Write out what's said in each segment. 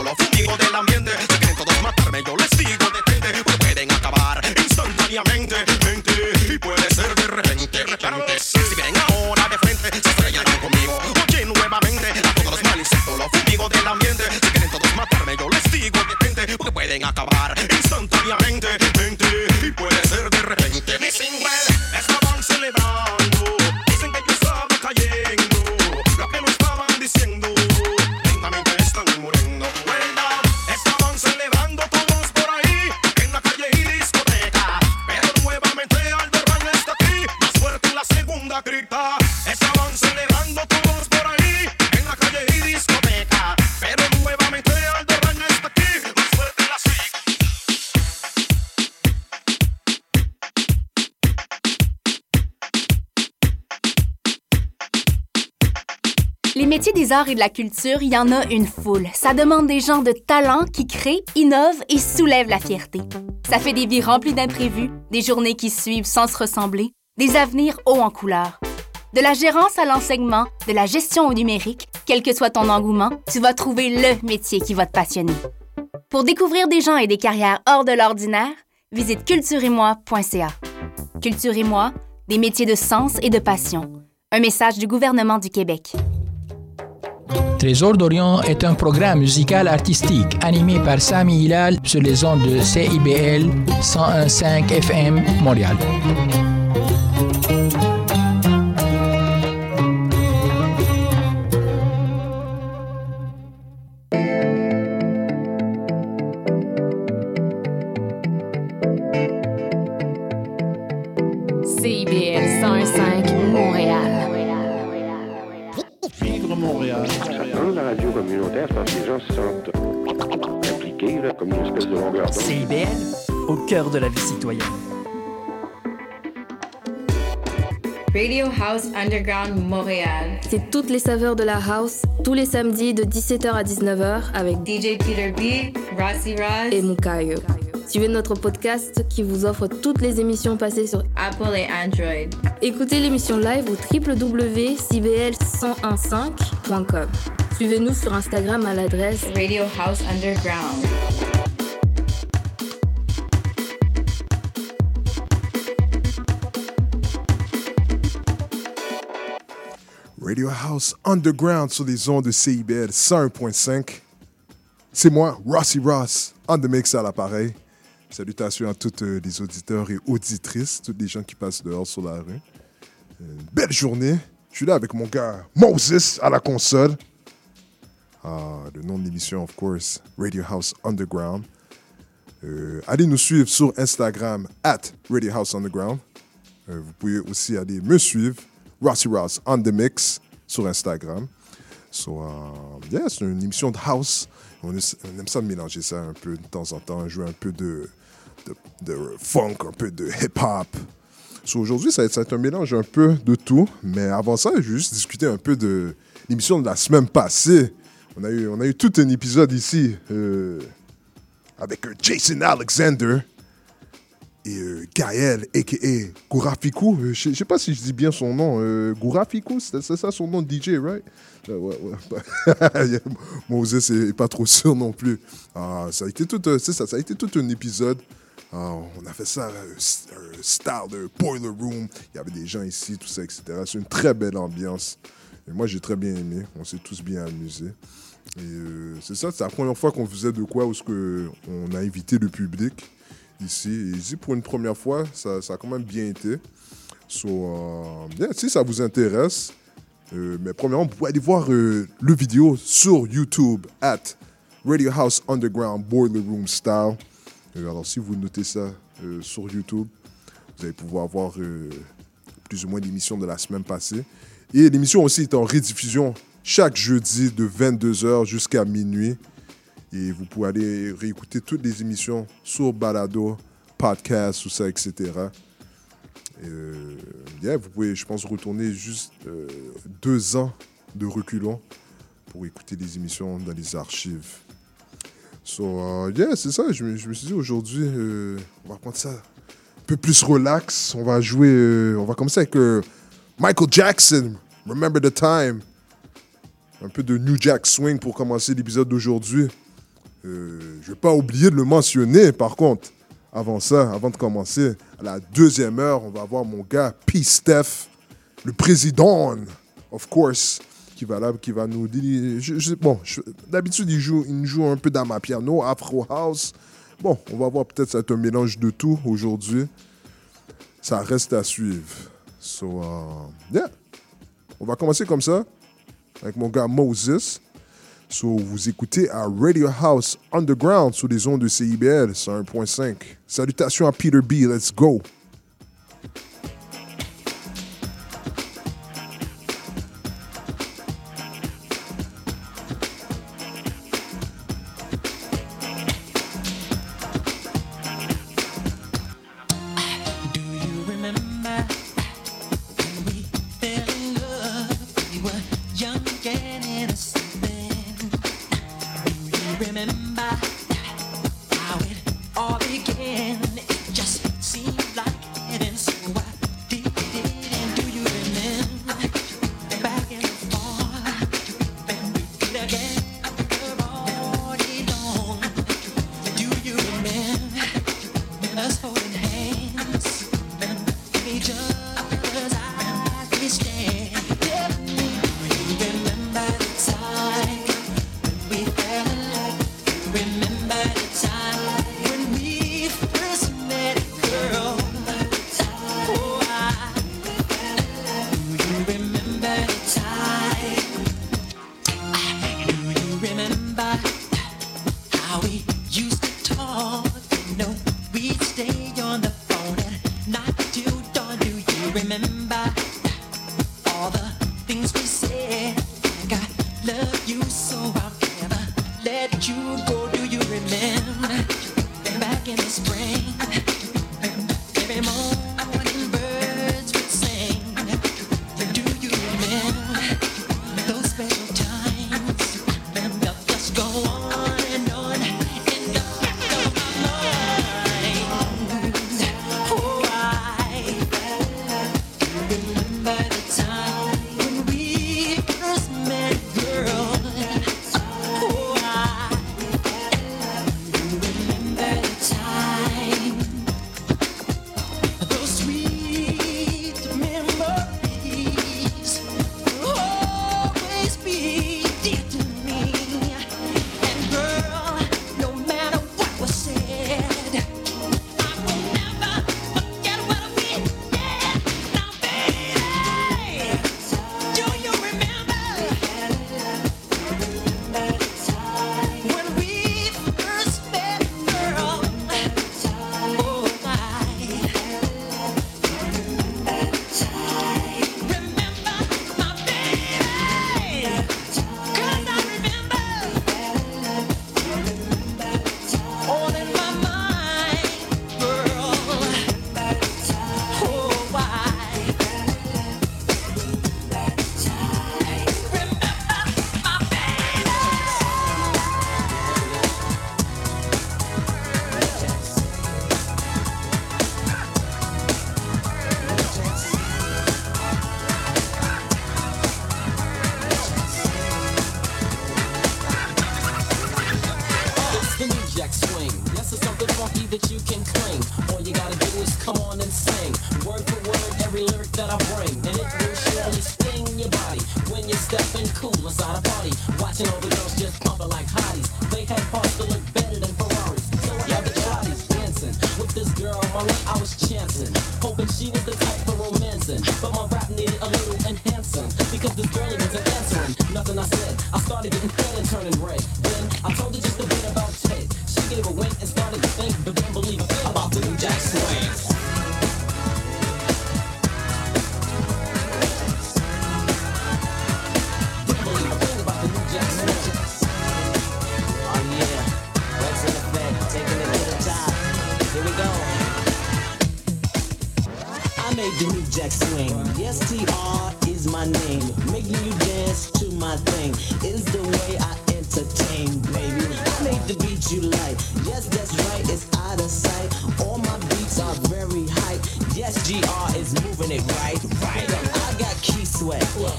lo fumigo del ambiente. Se quieren todos matarme, yo les digo detente, porque pueden acabar instantáneamente, mente, y puede ser de repente. Si vienen ahora de frente, se estrellarán conmigo. Oye, nuevamente, a todos los mal insectos, lo fumigo del ambiente. Se quieren todos matarme, yo les digo detente, porque pueden acabar instantáneamente, mente, y puede ser de repente. Mi single estaban celebrando, dicen que yo estaba cayendo, lo que no estaban diciendo, lentamente están muriendo. Well down, estaban celebrando todos por ahí, en la calle y discoteca, pero nuevamente Aldo Ran está aquí, más fuerte en la segunda cripta. Estaban celebrando todos por ahí, en la calle y discoteca, pero nuevamente Aldo Ran está aquí, más fuerte en la Les métiers des arts et de la culture, il y en a une foule. Ça demande des gens de talent qui créent, innovent et soulèvent la fierté. Ça fait des vies remplies d'imprévus, des journées qui suivent sans se ressembler, des avenirs hauts en couleurs. De la gérance à l'enseignement, de la gestion au numérique, quel que soit ton engouement, tu vas trouver le métier qui va te passionner. Pour découvrir des gens et des carrières hors de l'ordinaire, visite cultureetmoi.ca. Culture et moi, des métiers de sens et de passion. Un message du gouvernement du Québec. Trésor d'Orient est un programme musical artistique animé par Sami Hilal sur les ondes de CIBL 101.5 FM Montréal. CIBL 101.5 Montréal. Vivre Montréal. Dans la radio communautaire, parce que les gens se sentent impliqués, là, comme une espèce de longueur d'onde. CIBL, au cœur de la vie citoyenne. Radio House Underground Montréal. C'est toutes les saveurs de la house, tous les samedis de 17h à 19h avec DJ Peter B, Rossi Ross et Mukayo. Suivez notre podcast qui vous offre toutes les émissions passées sur Apple et Android. Écoutez l'émission live au www.cibl1015.com. Suivez-nous sur Instagram à l'adresse Radio House Underground. Radio House Underground sur les ondes de CIBL 101.5. C'est moi, Rossi Ross, on the mix à l'appareil. Salutations à tous les auditeurs et auditrices, tous les gens qui passent dehors sur la rue. Une belle journée. Je suis là avec mon gars Moses à la console. Le nom de l'émission, of course, Radio House Underground. Allez nous suivre sur Instagram, @Radio House Underground. Vous pouvez aussi aller me suivre, Rossi Ross on the mix, sur Instagram. So, c'est une émission de house. On aime ça mélanger ça un peu de temps en temps, jouer un peu de funk, un peu de hip-hop. So, aujourd'hui, ça va être un mélange un peu de tout. Mais avant ça, je vais juste discuter un peu de l'émission de la semaine passée. On a eu tout un épisode ici avec Jason Alexander et Gaël, a.k.a. Gourafikou. Je ne sais pas si je dis bien son nom. Gourafikou, c'est ça son nom de DJ, right? Ouais. Moses n'est pas trop sûr non plus. Ça a été tout un épisode. On a fait ça, un style de boiler room. Il y avait des gens ici, tout ça, etc. C'est une très belle ambiance. Et moi, j'ai très bien aimé. On s'est tous bien amusés. Et c'est ça, c'est la première fois qu'on faisait de quoi où on a invité le public ici. Et ici, pour une première fois, ça a quand même bien été. Si ça vous intéresse, mais premièrement, vous pouvez aller voir le vidéo sur YouTube Radio House Underground Boiler Room Style. Alors, si vous notez ça sur YouTube, vous allez pouvoir voir plus ou moins l'émission de la semaine passée. Et l'émission aussi est en rediffusion chaque jeudi de 22h jusqu'à minuit. Et vous pouvez aller réécouter toutes les émissions sur Balado, podcast, tout ça, etc. Vous pouvez, je pense, retourner juste 2 ans de reculons pour écouter les émissions dans les archives. C'est ça. Je me suis dit aujourd'hui, on va prendre ça un peu plus relax. On va jouer, on va commencer avec Michael Jackson, Remember the Time. Un peu de New Jack Swing pour commencer l'épisode d'aujourd'hui. Je vais pas oublier de le mentionner, par contre. Avant ça, avant de commencer, à la deuxième heure, on va voir mon gars P-Steph, le président, of course, qui va nous dire... d'habitude, il nous joue un peu d'amapiano, Afro House. Bon, on va voir, peut-être ça va être un mélange de tout aujourd'hui. Ça reste à suivre. So, yeah. On va commencer comme ça, avec mon gars Moses. So, vous écoutez à Radio House Underground sur les ondes de CIBL 101.5. Salutations à Peter B. Let's go.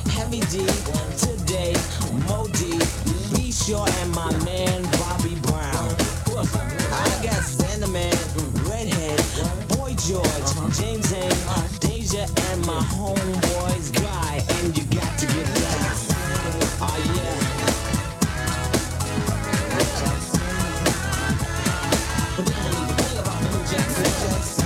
Heavy D, today, Be Sure, and my man Bobby Brown. Asia and my homeboys Guy, and you got to get down. Oh yeah. But they don't even play about New Jack Swing.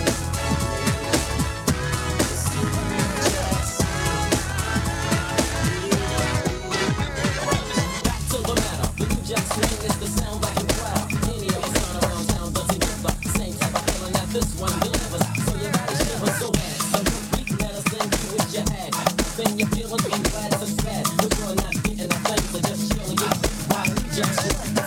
Back to the matter, the New Jack Swing is the sound like a crowd. Any of us on around town doesn't give the same type of feeling that this one delivers. So you gotta shiver so bad. So you beat medicine, do what you had. Then you feel it, I'm glad it's a sad. But you're not getting a thing, so just chill and get by New Jack Swing.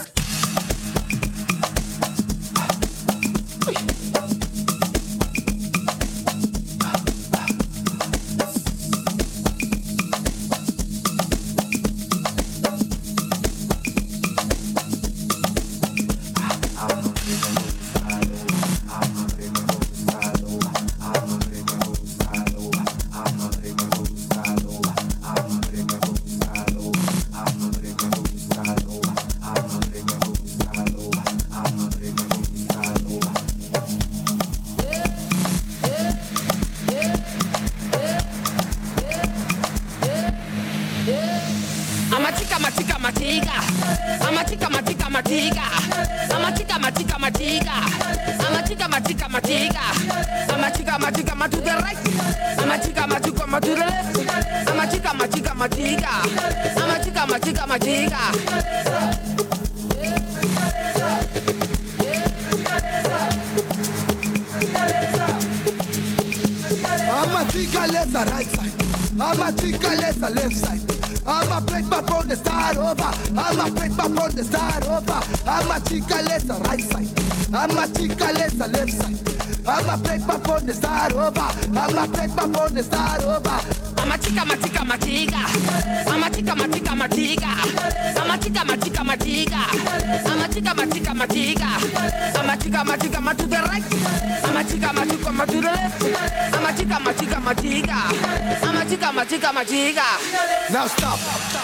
Left side. I'ma break my phone to start over. I'ma break my phone to start over. I'ma chica let's right side. I'ma chica let's left side. I'ma break my phone to start over. I'ma break my phone to start over. I'm a chica, I'm a chica, I'm a chica. I'm a chica, I'm a chica, I'm a chica. I'm a chica, I'm a chica, I'm a chica. I'm a chica, I'm a chica, I'm a chica. I'm a chica, I'm a chica, I'm to the right. I'm a chica, I'm a chica, I'm to the left. I'm a chica, I'm a chica, I'm a chica. I'm a chica, I'm a chica, I'm a chica. Now stop.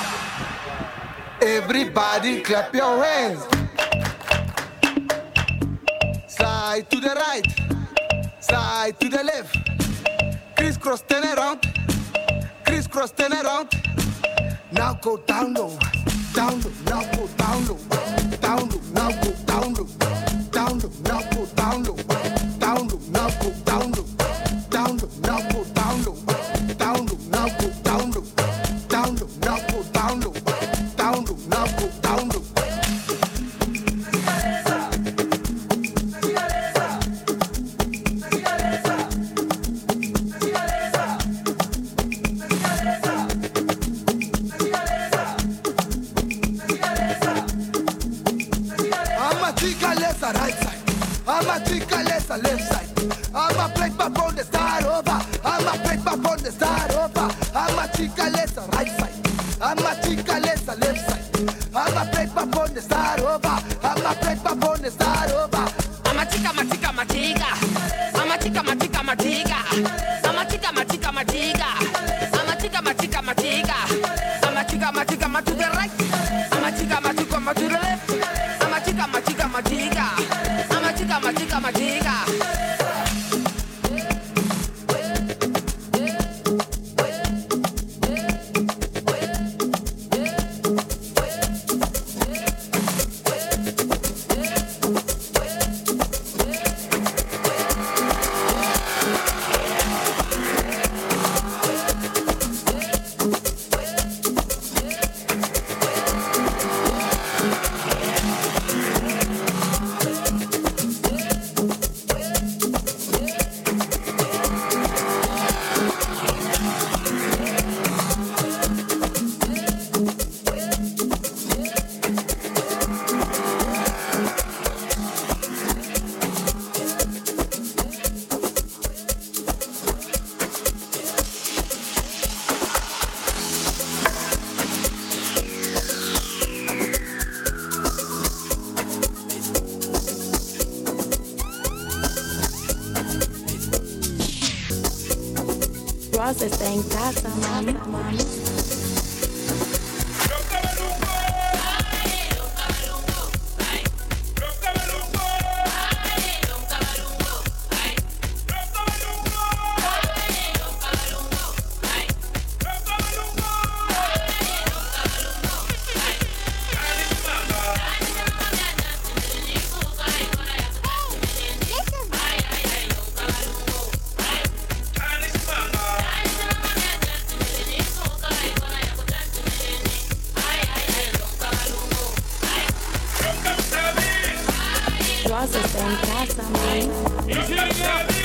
Everybody clap your hands. Slide to the right. Slide to the left. Crisscross, turn around. Crisscross, turn around. Now go down low. Down low, now go down low. Down low, now go down low. Down low, now go down low. Down low, now go down low. Down low, now go down low. Down low, now go down low. Down low, now go down low. Down low, now go down low. Right side. I'ma chica let's left side. I'ma break my phone to start over. I'ma break my phone to start over. I'ma chica let's right side. I'ma chica let's left side. I'ma break my phone to start over. I'ma break my phone to start over. I'm a chica, I'm a chica, I'm a chica. I'm a chica, I'm a chica, I'm a chica. I'm a chica, I'm a chica, I'm a chica. I'm a chica, I'm a chica, I'm a chica. I'm a chica, I'm a chica, I'm to the right. I'm a chica, I'm a chica, I'm to the left. I'm a chica, I'm a chica, I'm a chica. I'm a chica, I'm a chica, I'm a chica. Ross está en casa, mami. casa, está en casa, man.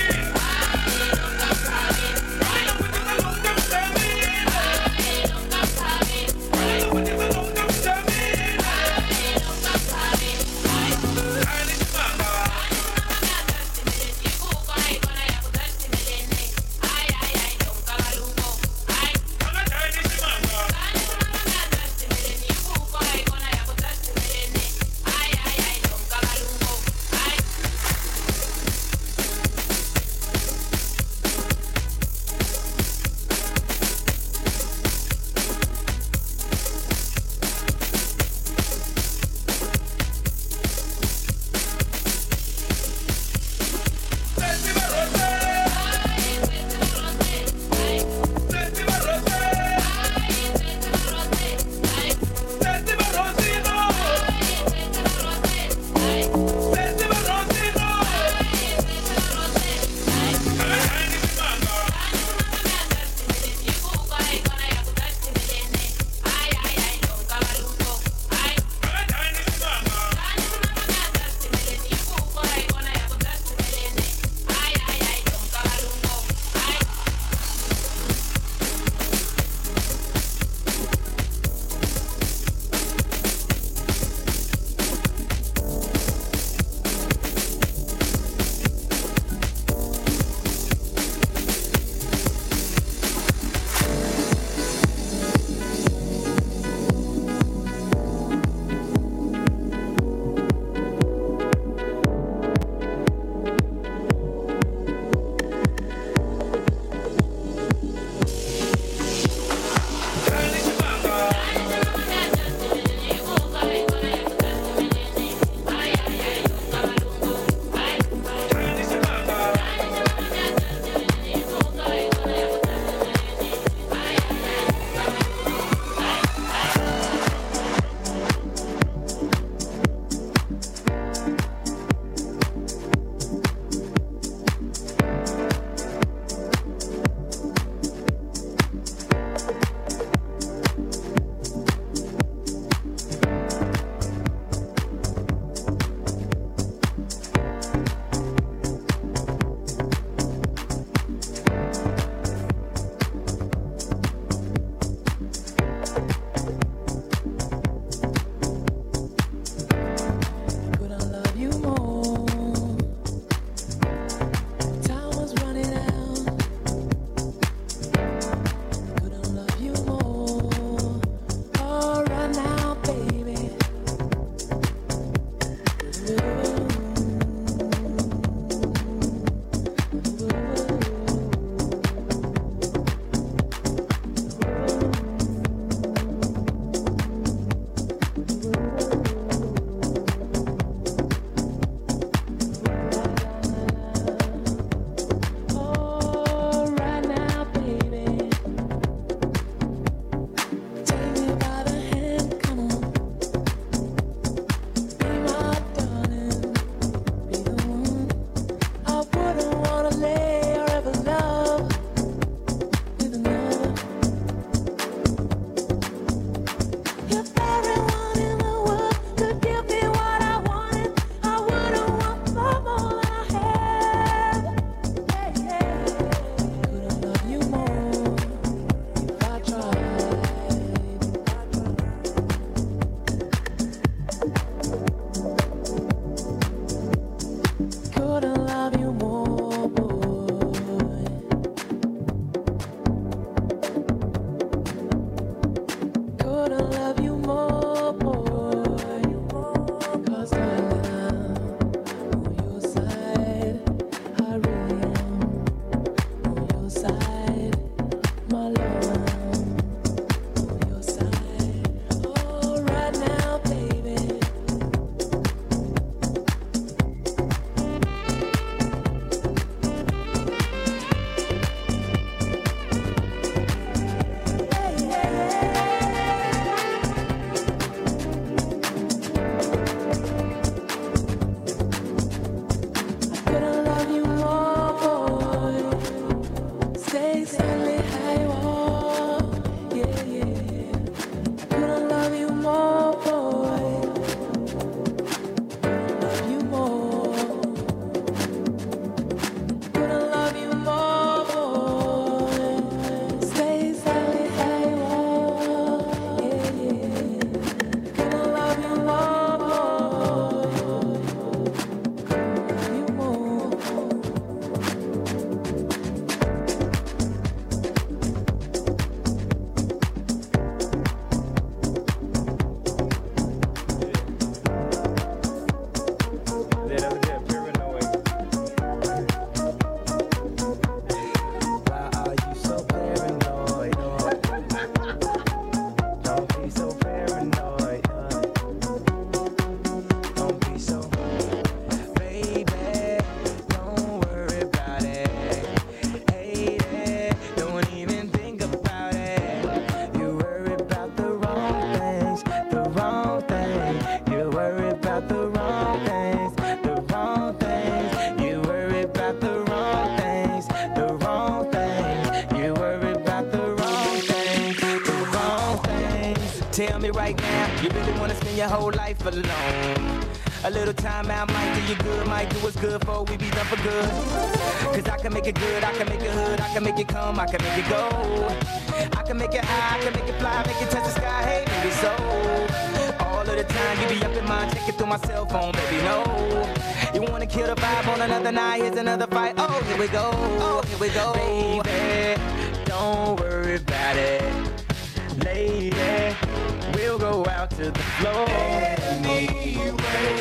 You really wanna spend your whole life alone. A little time out might do you good, might do us good before we be done for good. Cause I can make it good, I can make it hood, I can make it come, I can make it go. I can make it high, I can make it fly, make it touch the sky, hey baby, so all of the time you be up in mind, checking through my cell phone, baby, no. You wanna kill the vibe on another night, here's another fight, oh here we go, baby, don't worry about it, lady, we'll go out to the floor. Anyway,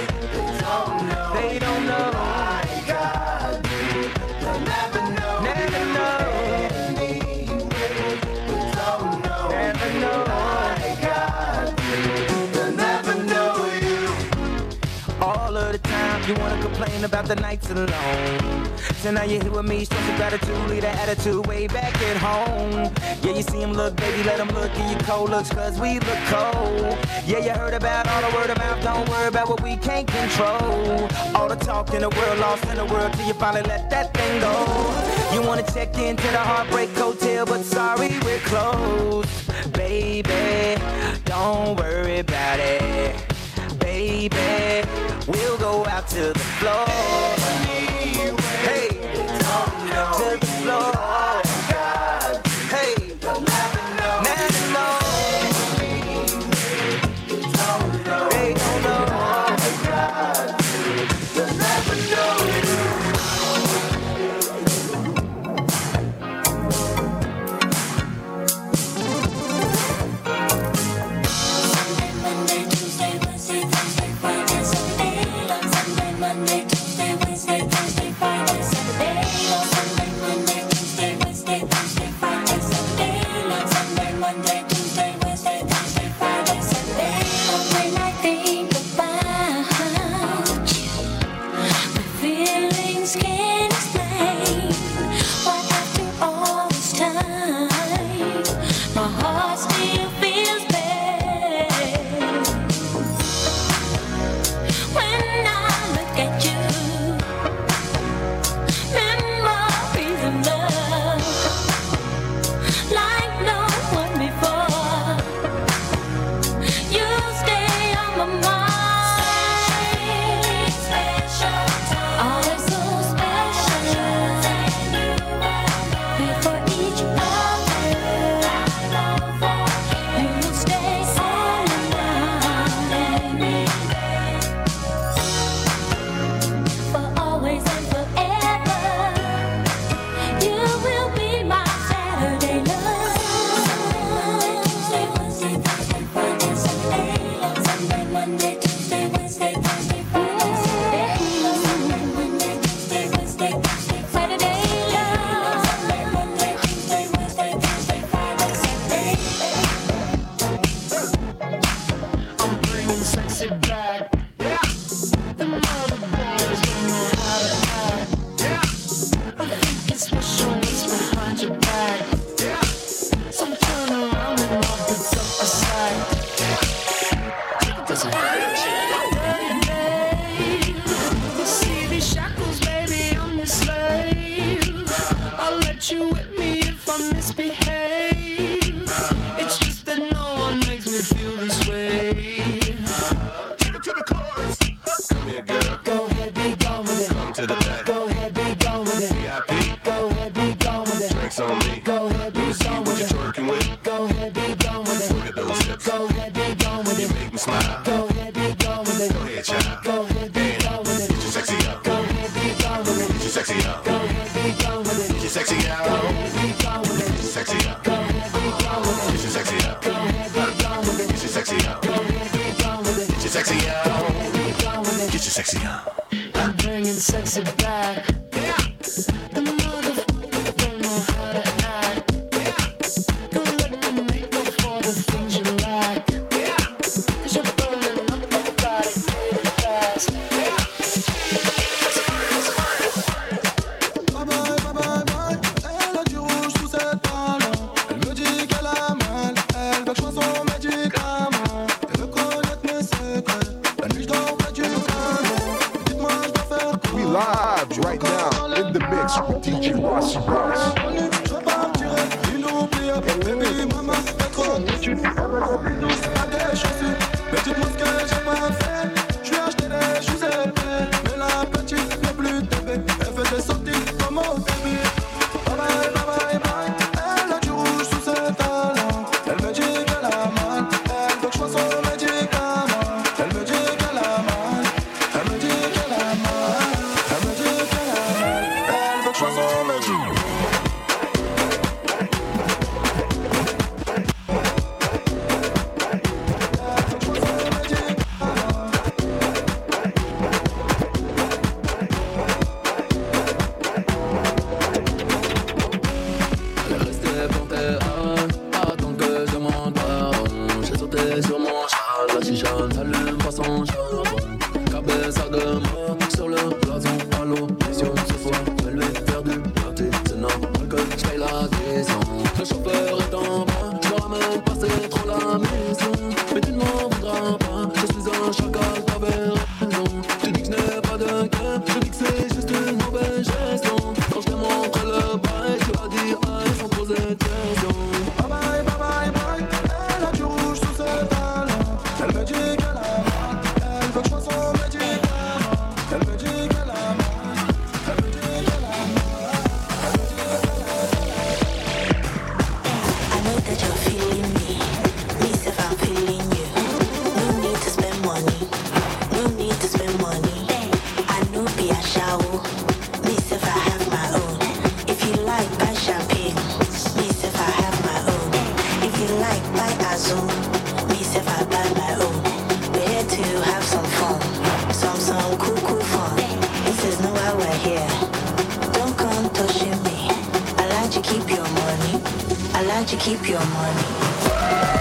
they don't know. Like I do, they'll never know. Never know. Anyway, don't know. Never know. Like I do, they'll never know you. All of the time you wanna complain about the nights alone. So now you're here with me, show some gratitude, leave that attitude way back at home. Yeah, you see him look, baby, let him look, give you cold looks, cause we look cold. Yeah, you heard about all the word of mouth, don't worry about what we can't control. All the talk in the world, lost in the world, till you finally let that thing go. You wanna check into the Heartbreak Hotel, but sorry, we're closed. Baby, don't worry about it. Baby, we'll go out to the floor. Hey, to the floor. Hey, never know. They don't know. They'll never know. Monday, Tuesday, Wednesday, Thursday, Friday, Saturday. On Sunday, Monday, Tuesday, Wednesday, Thursday, Friday, Saturday. On Sunday, Monday, Tuesday, Wednesday, Thursday, Friday, Saturday. On Sunday, Monday, Tuesday, Wednesday, Thursday, Friday, Saturday. When I think about you, my feelings can't explain why after all this time, my heart still feels bad. When I look at you, memories of love, like no one before. You stay on my mind. Special time, always so special. We're for each other. You will stay all around me. For always and forever, you will be my Saturday love. Monday, Tuesday, Wednesday, Thursday, Friday, Saturday. On Sunday, Monday, Tuesday, Wednesday, Thursday, Friday, Saturday. On Sunday, Monday, Tuesday, Wednesday, Thursday, Saturday. On Sunday, Monday, Tuesday, Wednesday, Thursday, Friday, Saturday. I'm bringing sexy back. The mother boys don't know how to act. I think it's special what's behind your back. So turn around and I'll put up aside. You see these shackles, baby, I'm your slave. I'll let you whip me if I misbehave. It's just that no one makes me feel this way. Take it to the chorus. Come here, girl. Go ahead, be gone with it. Come to the back. Go ahead, be gone with it. VIP. Go ahead, be gone with it. Drinks on me. Go ahead, be gone with it. Twerking with. Go ahead, be gone with it. Look at those hips. Go ahead, be gone with it. You make me smile. Go ahead, be gone with it. Go ahead, child. Go ahead, be gone with it. Get your sexy up. Go ahead, be gone with it. Get your sexy up. Go ahead, be gone with it. Get your sexy up. Go ahead, be gone with it. Get your sexy up. Go ahead, be gone with it. Get your sexy up. Go ahead, be gone with it. Get your sexy up. Go ahead, be gone with it. Get your sexy up. Go ahead, be gone with it. Get your sexy up. I'm bringing sexy back. The motherfuckers don't know how to act. Don't let me make up for the things you lack. 'Cause you're burning up my body really fast. Bye bye, bye bye, bye. Elle a du rouge sous cette balle. Elle me dit qu'elle a mal. Elle veut que je sois son médicament. Elle veut connaître mes secrets. La nuit je dors près du canon. Dites-moi je dois faire quoi. We live right now allume pas son charbon. Cabeza de mort sur le blason. Allô, mission ce soir, je vais lui faire du party. C'est normal que je paye l'adhésion. Le chauffeur est en bas, je le ramène pas, c'est trop la maison. Mais tu ne m'en voudras pas, je suis un chacal, t'avais raison. Tu dis que je n'ai pas de cœur, je dis que c'est juste une mauvaise gestion. Quand je te montre le bail, tu vas dire aïe sans poser de questions. Bye bye bye bye, elle a du rouge sous ses talons. Elle me dit qu'elle a mal, elle veut que je fasse son médicament. Elle me dit qu'elle a mal, elle me dit qu'elle a mal, elle me dit qu'elle a mal. I know that you're feeling me, me if I'm feeling you. No need to spend money, no need to spend money. I know be a shower, me if I have my own. If you like buy champagne, me if I have my own. If you like buy Azul, me if I buy my own. We're here to have some fun, some cool fun. This is not why we're here. Don't come touching me. I like to keep your money. I like to keep your money.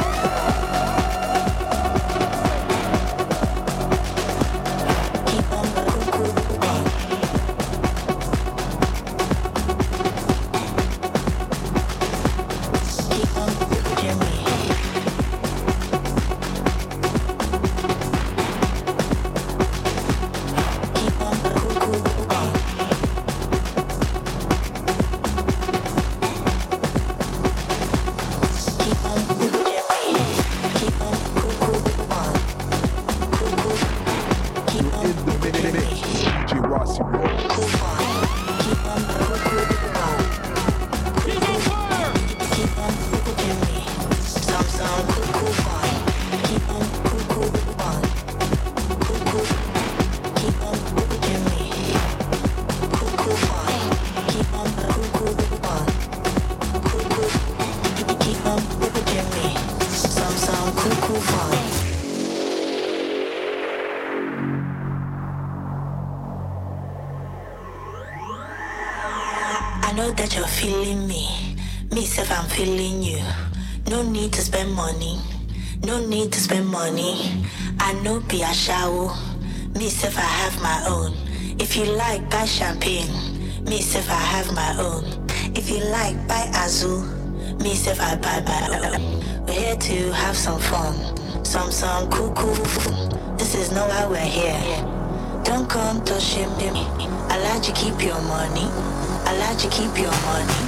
That you're feeling me if I'm feeling you. No need to spend money, no need to spend money. I know be a shower, me if I have my own. If you like buy champagne, me if I have my own. If you like buy Azul, me if I buy my own. We're here to have some fun, some cool fun. This is not why we're here. Don't come touching me. I like to keep your money. I like to keep your money.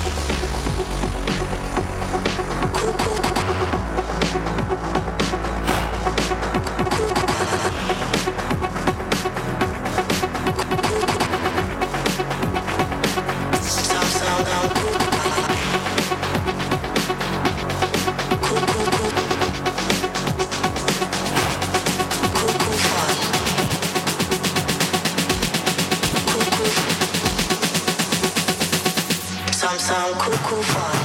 Some cool fun.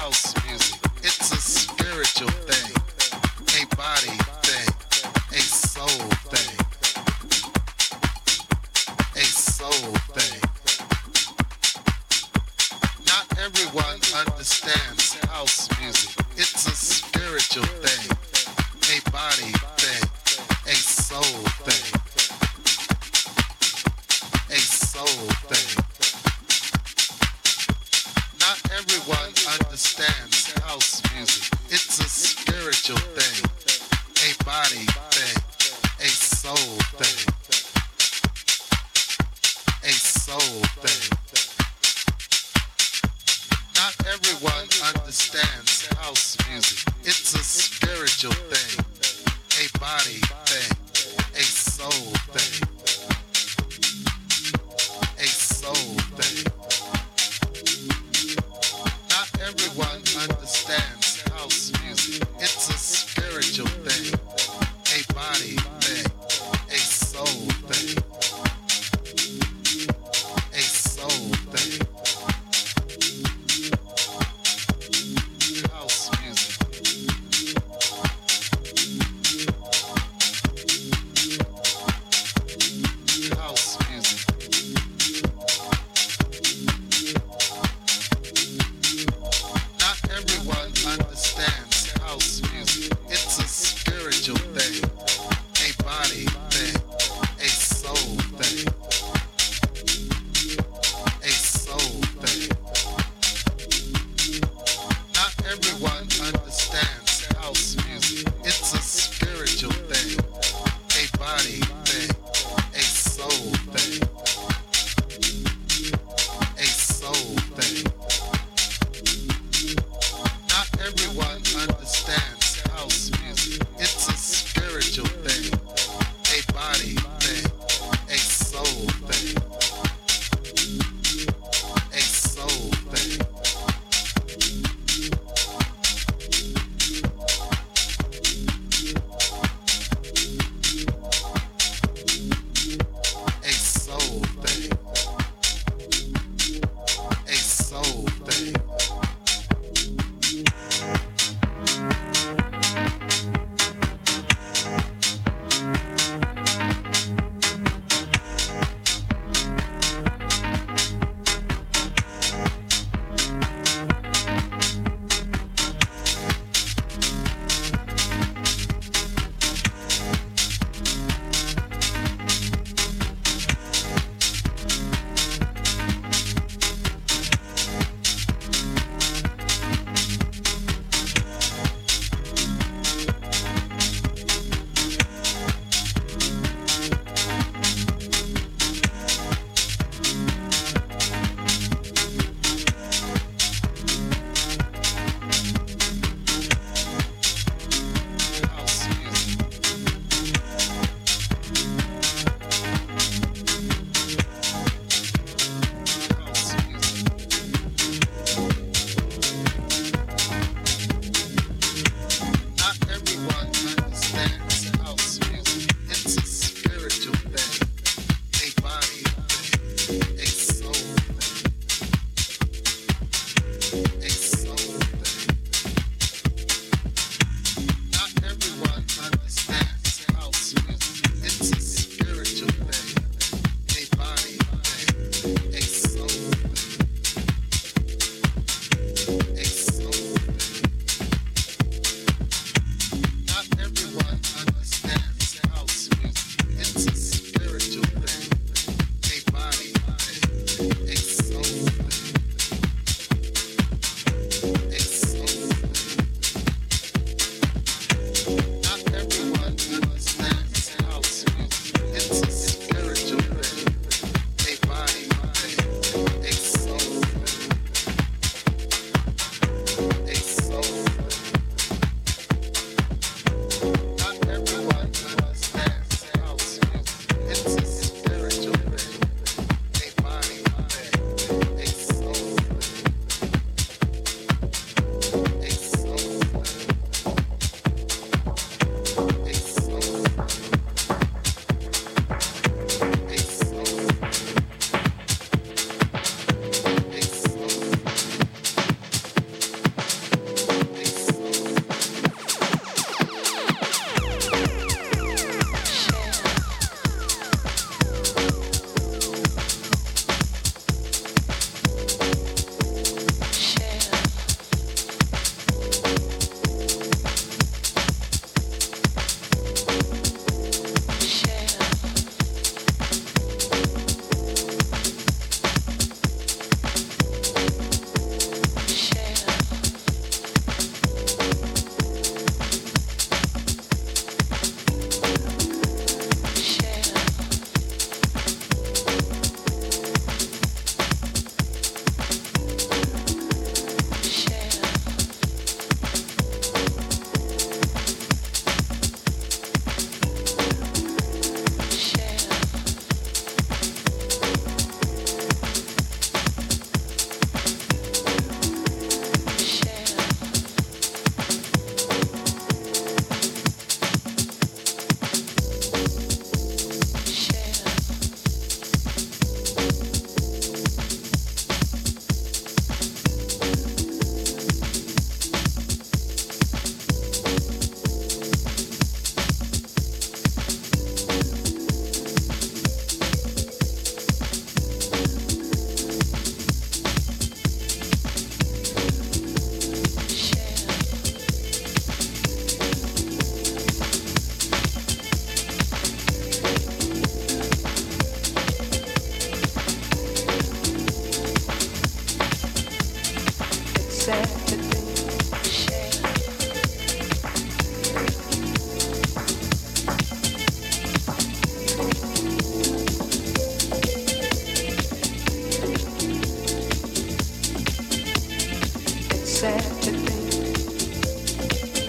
house music. It's a spiritual thing, a body thing, a soul thing, a soul thing. Not everyone understands house music. It's a spiritual thing, a body thing, a soul thing, a soul thing. Not everyone understands house music. It's a spiritual thing, a body thing, a soul thing, a soul thing. Not everyone understands house music. It's a spiritual thing, a body thing, a soul thing, a soul thing. Not everyone understands house music. It's a spiritual thing, a body thing, a soul thing, a soul thing. House music. House music. Not everyone understands house music. It's a spiritual thing, a body thing, a soul thing, a soul thing. Not everyone understands house music. It's a spiritual thing, a body thing, a soul thing, a soul thing. Not everyone understands house music. It's a spiritual thing, a body thing, a soul thing, a soul thing. A soul thing. A soul thing.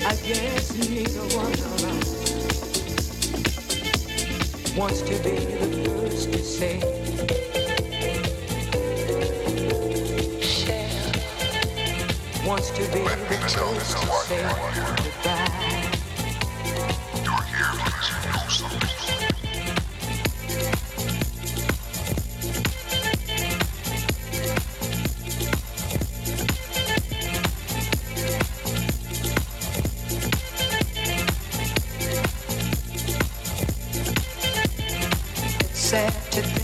I guess neither one of us wants to be the first to say. Wants to be the first to say goodbye. You're here because you know something. It's sad to think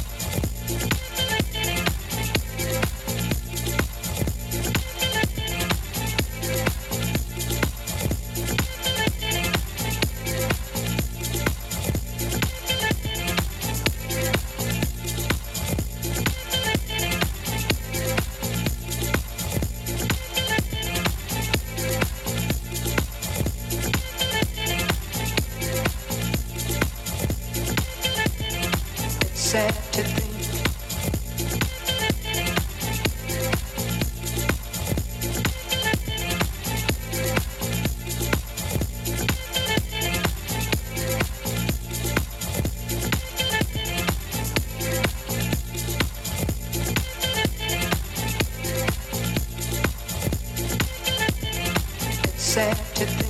sad to think it's sad to think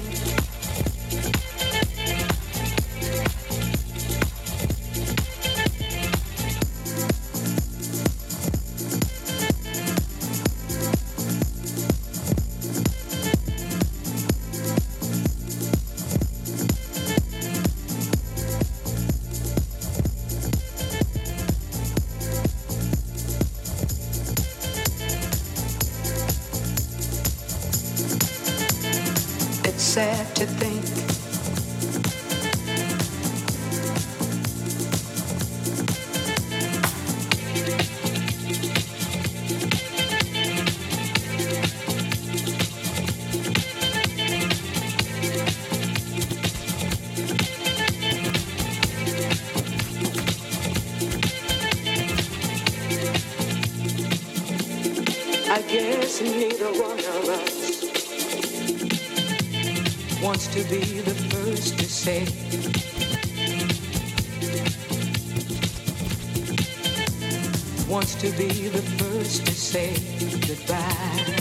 sad to think I guess neither one of us wants to be the first to say wants to be the first to say goodbye.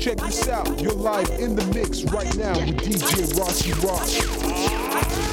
check this out. You're live in the mix right now with DJ Rossi Ross.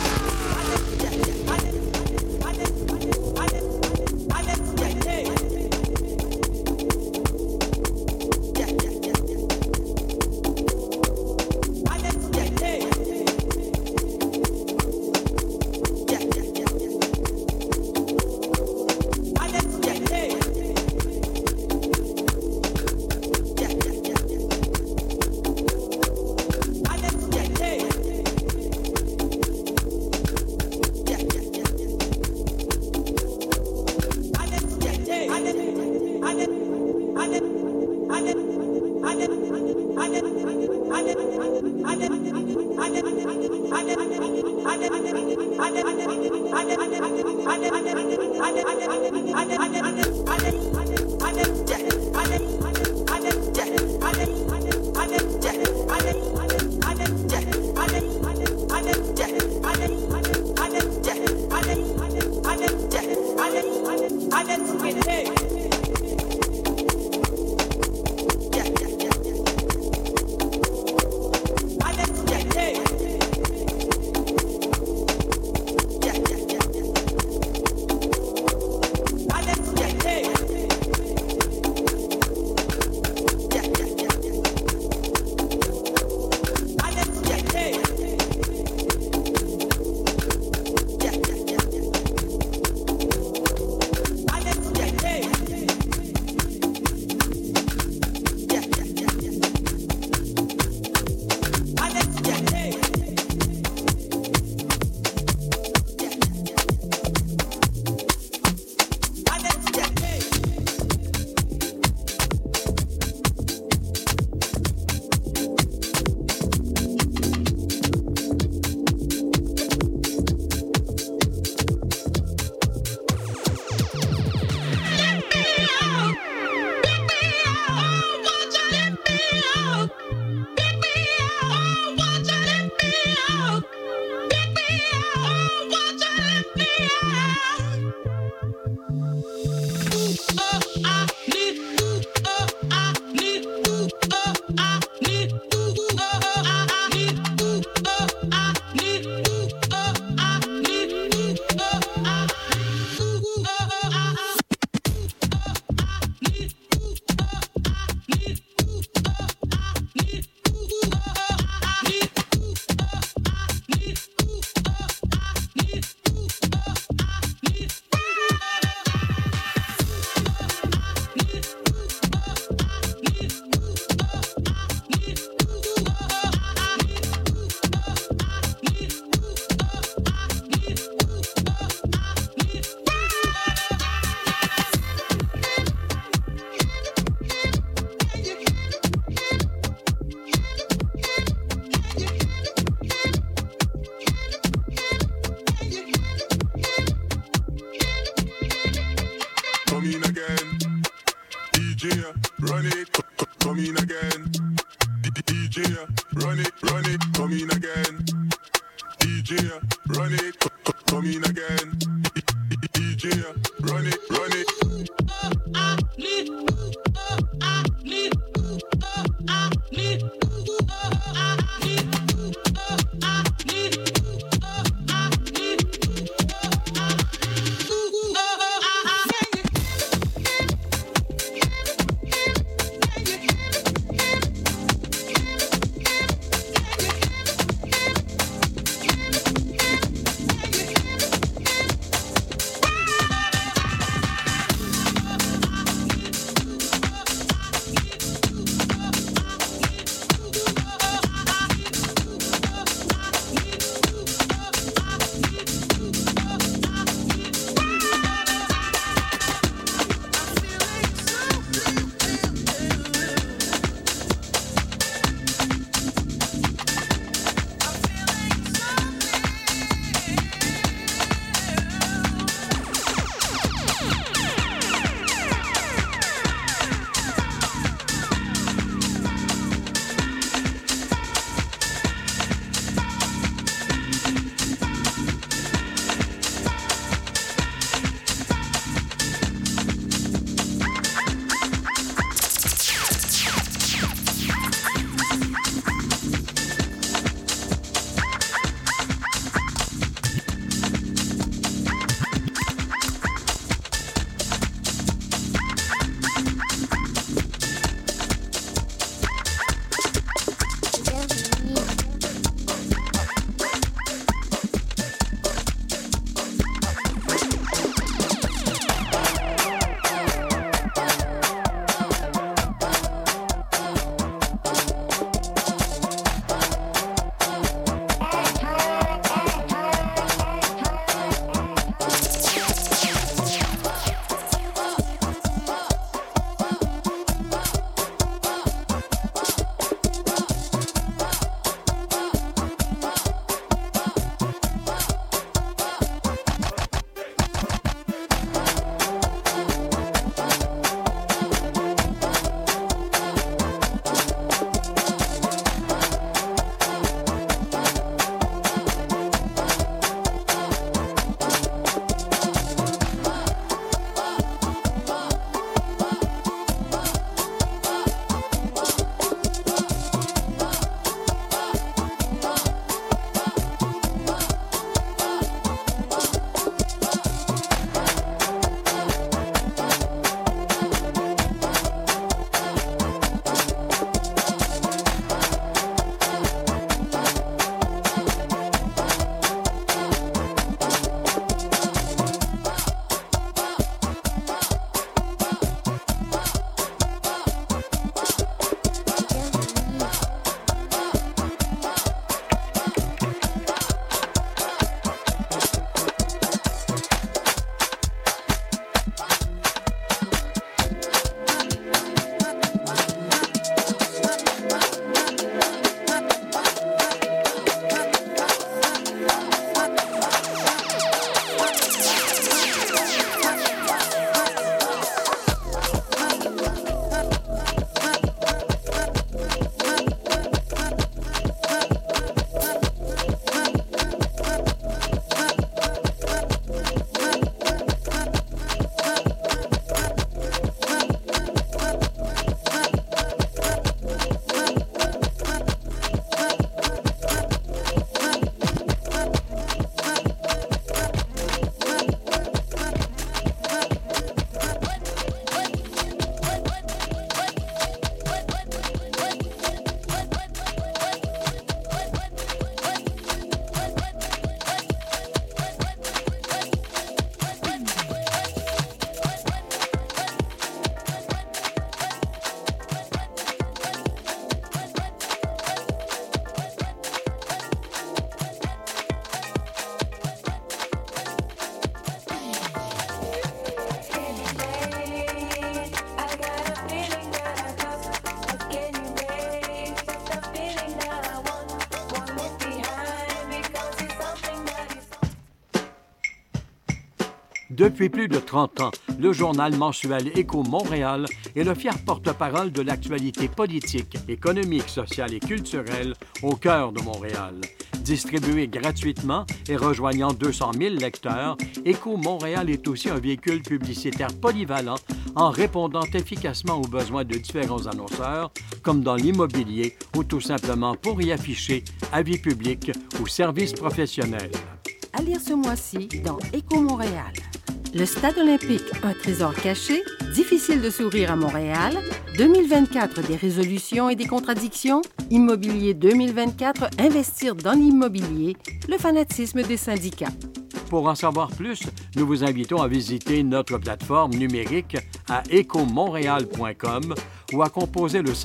Depuis plus de 30 ans, le journal mensuel Écho Montréal est le fier porte-parole de l'actualité politique, économique, sociale et culturelle au cœur de Montréal. Distribué gratuitement et rejoignant 200 000 lecteurs, Écho Montréal est aussi un véhicule publicitaire polyvalent en répondant efficacement aux besoins de différents annonceurs, comme dans l'immobilier ou tout simplement pour y afficher avis publics ou services professionnels. À lire ce mois-ci dans Écho Montréal. Le Stade olympique, un trésor caché, difficile de sourire à Montréal, 2024, des résolutions et des contradictions, Immobilier 2024, investir dans l'immobilier, le fanatisme des syndicats. Pour en savoir plus, nous vous invitons à visiter notre plateforme numérique à ecomontréal.com ou à composer le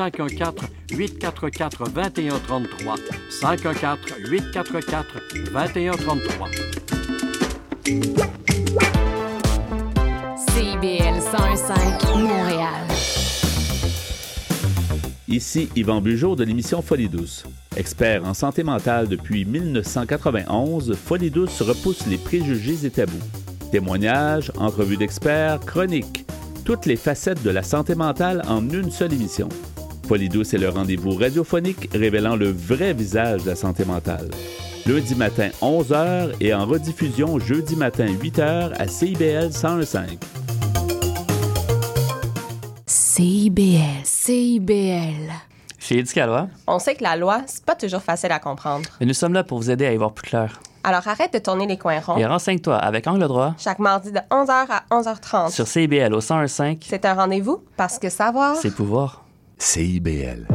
514-844-2133. 514-844-2133. CIBL 101.5 Montréal. Ici Yvan Bugeaud de l'émission Folie douce. Expert en santé mentale depuis 1991, Folie douce repousse les préjugés et tabous. Témoignages, entrevues d'experts, chroniques, toutes les facettes de la santé mentale en une seule émission. Folie douce est le rendez-vous radiophonique révélant le vrai visage de la santé mentale. Lundi matin 11h et en rediffusion jeudi matin 8h à CIBL 101.5. CIBL. Chez Éducalois, On sait que la loi, c'est pas toujours facile à comprendre. nous sommes là pour vous aider à y voir plus clair. Alors arrête de tourner les coins ronds. Et renseigne-toi avec Angle droit Chaque mardi de 11h à 11h30. sur CIBL au 101.5. C'est un rendez-vous parce que savoir... C'est pouvoir. CIBL.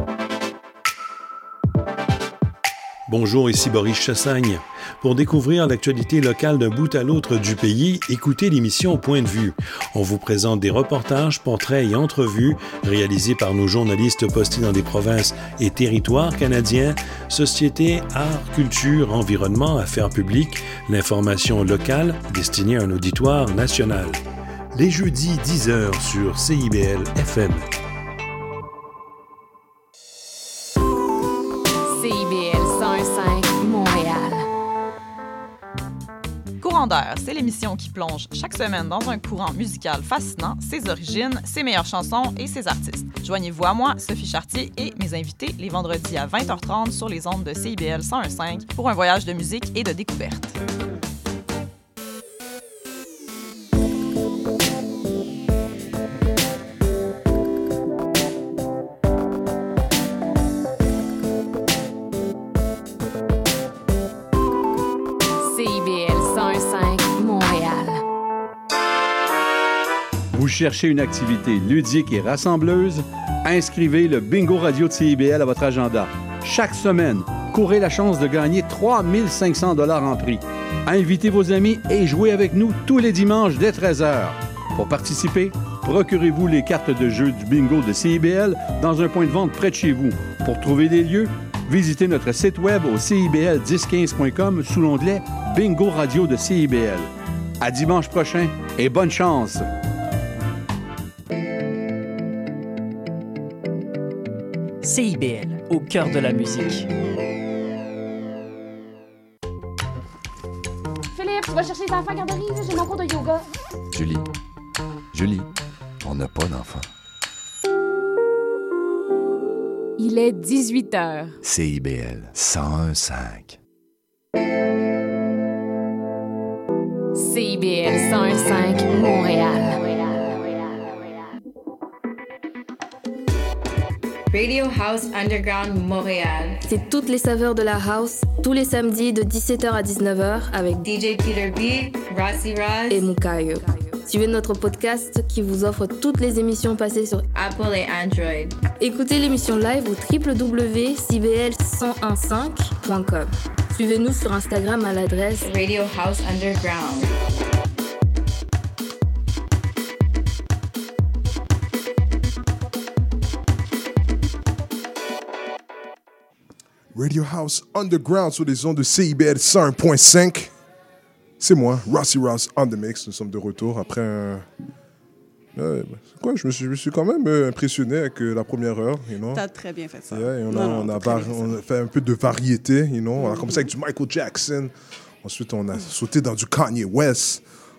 Bonjour, ici Boris Chassagne. Pour découvrir l'actualité locale d'un bout à l'autre du pays, écoutez l'émission Point de vue. On vous présente des reportages, portraits et entrevues réalisés par nos journalistes postés dans des provinces et territoires canadiens, société, art, culture, environnement, affaires publiques, l'information locale destinée à un auditoire national. Les jeudis 10h sur CIBL FM. CIBL 101.5 Montréal. Courant d'air, c'est l'émission qui plonge chaque semaine dans un courant musical fascinant, ses origines, ses meilleures chansons et ses artistes. Joignez-vous à moi, Sophie Chartier et mes invités les vendredis à 20h30 sur les ondes de CIBL 101.5 pour un voyage de musique et de découverte. CIBL 101.5 Montréal. Vous cherchez une activité ludique et rassembleuse? Inscrivez le Bingo Radio de CIBL à votre agenda. Chaque semaine, courez la chance de gagner 3 500 $ en prix. Invitez vos amis et jouez avec nous tous les dimanches dès 13h. Pour participer, procurez-vous les cartes de jeu du Bingo de CIBL dans un point de vente près de chez vous. Pour trouver des lieux, visitez notre site web au cibl1015.com sous l'onglet Bingo Radio de CIBL. À dimanche prochain et bonne chance! CIBL, au cœur de la musique. Philippe, tu vas chercher les enfants à la garderie, là, j'ai mon cours de yoga. Julie, on n'a pas d'enfant. Il est 18h. CIBL 101.5. CIBL 101.5 Montréal. Radio House Underground Montréal. C'est toutes les saveurs de la house, tous les samedis de 17h à 19h avec DJ Peter B, Rossi Ross et Mukayo. Suivez notre podcast qui vous offre toutes les émissions passées sur Apple et Android. Écoutez l'émission live au www.cibl1015.com. Suivez-nous sur Instagram à l'adresse Radio House Underground. Radio House Underground sur les ondes de CIBL 101.5. C'est moi, Rossi Ross on the mix. Nous sommes de retour après un... je me suis quand même impressionné avec la première heure. T'as très bien fait ça. Yeah, on a fait un peu de variété. On a commencé avec du Michael Jackson. Ensuite, on a sauté dans du Kanye West.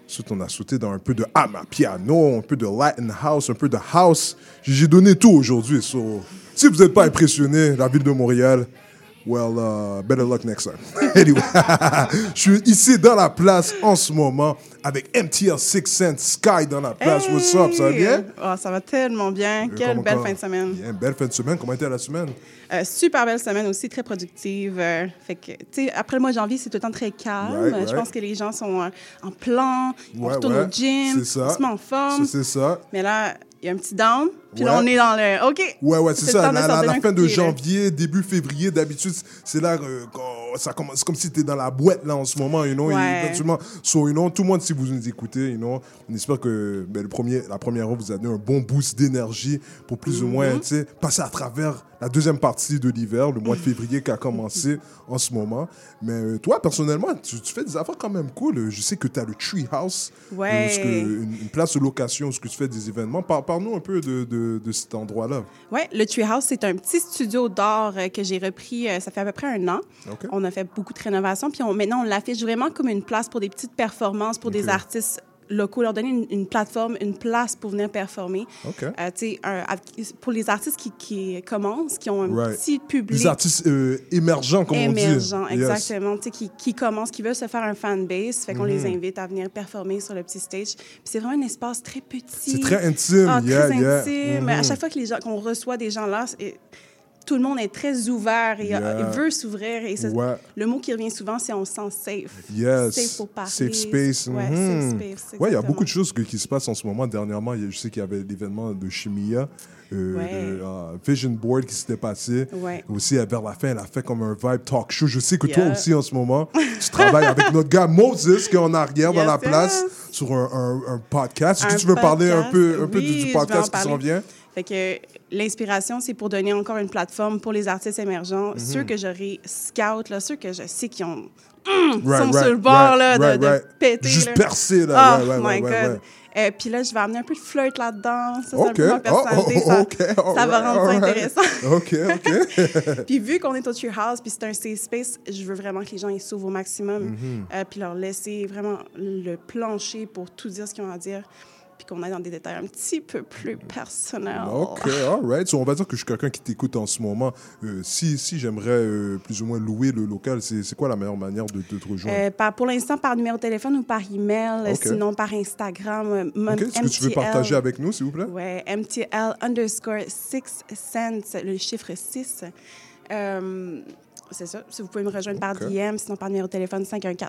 Ensuite, on a sauté dans un peu de amapiano, un peu de Latin house, un peu de house. J'ai donné tout aujourd'hui. So, si vous n'êtes pas impressionné, la ville de Montréal, well, better luck next time. Anyway, je suis ici dans la place en ce moment avec MTL 6 Cent, Sky dans la place. Hey! What's up, ça va bien? Oh, ça va tellement bien. Quelle belle fin de semaine. Bien, belle fin de semaine. Comment était la semaine? Super belle semaine aussi, très productive. Fait que, tu sais, après le mois de janvier, c'est tout le temps très calme. Right. Je pense que les gens sont en plan, on retourne au gym, c'est ça. on se met en forme. C'est ça. Mais là, il y a un petit down, puis là, on est dans le... OK! Ouais, c'est ça. La fin de pied, janvier, début février, d'habitude, c'est là ça commence. C'est comme si tu es dans la boîte, là, en ce moment, you know. Ouais. Éventuellement, so, you know, tout le monde, si vous nous écoutez, you know, on espère que la première heure vous a donné un bon boost d'énergie pour plus ou moins, tu sais, passer à travers la deuxième partie de l'hiver, le mois de février qui a commencé en ce moment. Mais toi, personnellement, tu fais des affaires quand même cool. Je sais que tu as le Tree House, une place de location où tu fais des événements. Parle-nous un peu de cet endroit-là. Oui, le Tree House, c'est un petit studio d'art que j'ai repris, ça fait à peu près 1 an. Okay. On a fait beaucoup de rénovations, puis maintenant, on l'affiche vraiment comme une place pour des petites performances, pour des artistes locaux, leur donner une plateforme, une place pour venir performer. Okay. Pour les artistes qui commencent, qui ont un petit public. Les artistes émergents, comme on dit. Émergents, exactement. Qui commencent, qui veulent se faire un fanbase. Fait qu'on les invite à venir performer sur le petit stage. Puis c'est vraiment un espace très petit. C'est très intime. Très intime. À chaque fois qu'on reçoit des gens là, tout le monde est très ouvert et il veut s'ouvrir. Et le mot qui revient souvent, c'est on se sent safe. Yes. Safe pour parler. Safe space. Ouais, safe space. Oui, il y a beaucoup de choses qui se passent en ce moment. Dernièrement, je sais qu'il y avait l'événement de Chimia, Vision Board qui s'était passé. Ouais. Aussi, vers la fin, elle a fait comme un vibe talk show. Je sais que toi aussi, en ce moment, tu travailles avec notre gars Moses qui est en arrière dans la place sur un podcast. Est-ce que tu veux parler un peu du podcast qui s'en vient? Fait que l'inspiration, c'est pour donner encore une plateforme pour les artistes émergents, ceux que j'aurais scout, là, ceux que je sais qui ont sont sur le bord de péter. Juste là. percer, là. Oh my God. Puis là, je vais amener un peu de flirt là-dedans. Ça, c'est un peu ma personnalité. Ça va rendre ça intéressant. OK. Puis vu qu'on est au Tree House, puis c'est un safe space, je veux vraiment que les gens ils s'ouvrent au maximum, puis leur laisser vraiment le plancher pour tout dire ce qu'ils ont à dire. Puis qu'on aille dans des détails un petit peu plus personnels. OK, all right. So, on va dire que je suis quelqu'un qui t'écoute en ce moment. Si j'aimerais plus ou moins louer le local, c'est quoi la meilleure manière de te rejoindre? Pour l'instant, par numéro de téléphone ou par email, sinon par Instagram. Est-ce que tu veux partager avec nous, s'il vous plaît? Oui, MTL_6 cents, le chiffre 6. C'est ça. Si vous pouvez me rejoindre par DM, sinon par numéro de téléphone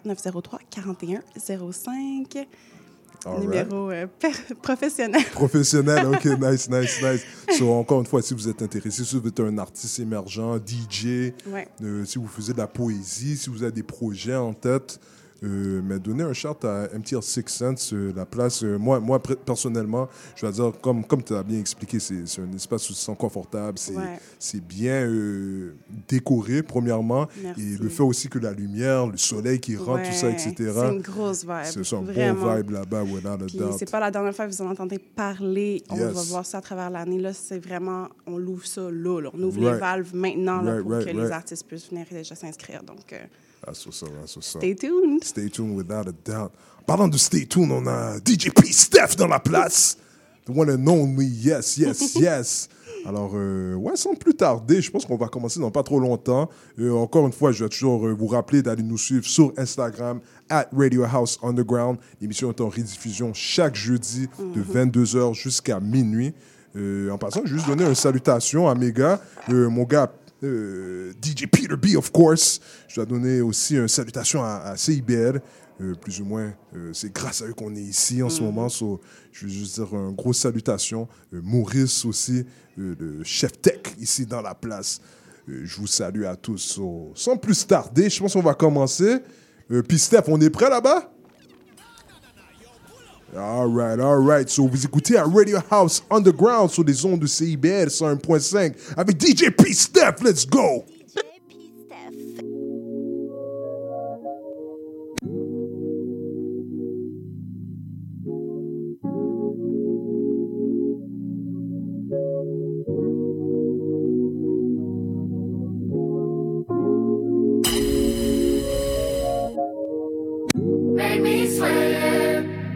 514-903-4105. Numéro professionnel. Professionnel, OK, nice. So, encore une fois, si vous êtes intéressé, si vous êtes un artiste émergent, DJ, si vous faisiez de la poésie, si vous avez des projets en tête, mais donnez un shout à MTL 6 Cents, la place. Moi, personnellement, je vais dire, comme tu as bien expliqué, c'est un espace où tu te sens confortable, c'est bien décoré, premièrement. Merci. Et le fait aussi que la lumière, le soleil qui rentre, tout ça, etc. C'est une grosse vibe. C'est un bon vibe là-bas, Puis c'est pas la dernière fois que vous en entendez parler. On va voir ça à travers l'année. Là, c'est vraiment, on l'ouvre ça là. On ouvre les valves maintenant pour que les artistes puissent venir et déjà s'inscrire. Donc, that's what's up. Stay tuned. Stay tuned, without a doubt. Parlant de stay tuned, on a DJ P Steph dans la place. The one and only, yes. Alors, sans plus tarder, je pense qu'on va commencer dans pas trop longtemps. Encore une fois, je vais toujours vous rappeler d'aller nous suivre sur Instagram, @Radio House Underground. L'émission est en rediffusion chaque jeudi de 22h jusqu'à minuit. En passant, je vais juste donner une salutation à mes gars. Mon gars, DJ Peter B, of course. Je dois donner aussi une salutation à CIBL. Plus ou moins, c'est grâce à eux qu'on est ici en ce moment. So, je veux juste dire une grosse salutation. Maurice aussi, le chef tech ici dans la place. Je vous salue à tous. So, sans plus tarder, je pense qu'on va commencer. Puis Steph, on est prêt là-bas? All right. So, vous écoutez à Radio House Underground sur les ondes de CIBL 101.5 avec DJ P Steph. Let's go! Make me sweat.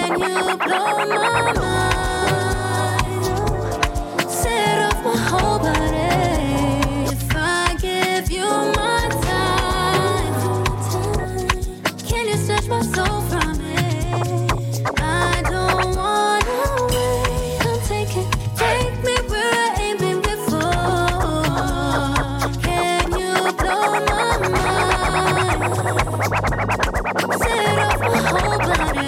Can you blow my mind? Set off my whole body. If I give you my time, can you snatch my soul from it? I don't wanna wait. Come take it, take me where I ain't been before. Can you blow my mind? Set off my whole body.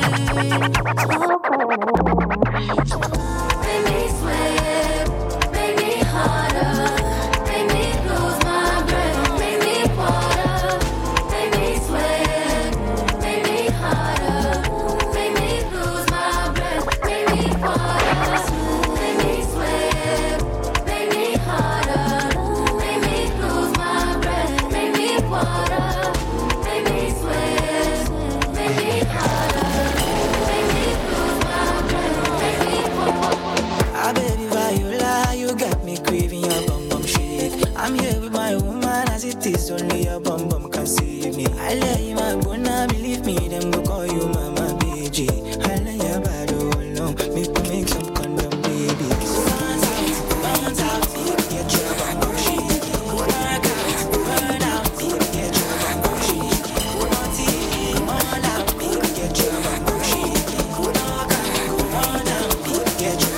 Make me sweat, make me harder, make me lose my breath, make me water, make me sweat, make me harder, make me lose my breath, make me water, make me sweat, make me harder, make me lose my breath, make me water, make me sweat, make me harder, make me lose my breath, make me water. Ah, baby, Viola, you got me craving your bum bum shake. I'm here with my woman, as it is only your bum bum can save me. I lay you my bona, believe me, them go call you Mama BG. I lay your body alone, make some condom, baby. Burn out, get your bum bum shake. Burn out, get your bum bum shake. All out, get your bum bum shake. Burn out, get your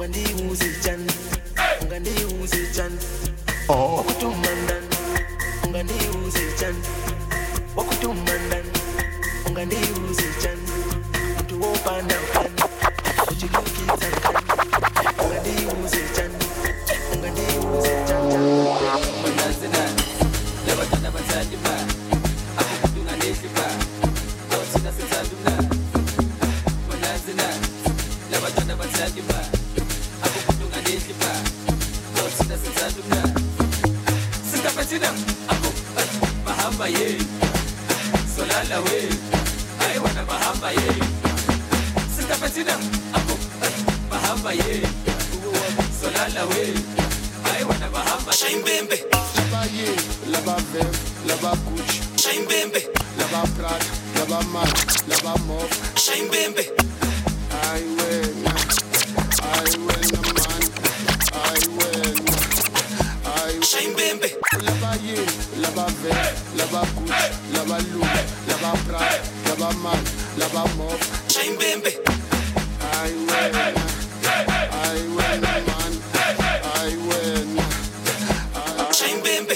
ungandi uzijan, ungandi uzijan. Wakutumandan, ungandi uzijan. Wakutumandan, ungandi uzijan. Mtu opanda kan, ujiluki tankan. Ungandi uzijan, ungandi uzijan. Manazina, lebatana batadima. Aku kutunga nesipa, dotsina sitaduna. Manazina, lebatana batadima. Aku kutunga nesipa, dotsina sitaduna. Sitapatina, aku mahamba ye. Solala we, I wanna mahamba ye. Sitapatina, aku mahamba ye. Solala we, I wanna mahamba. Shine bembe, laba ye, laba vev, laba kuch. Shine bembe, laba prat, laba mat, laba mof. Shine bembe, I win man, I win. Shine bembe, laba ye, laba vev, laba kuch, laba lu, laba prat, laba mat, laba mof. Shine bembe, I win man, I win. shine bembe.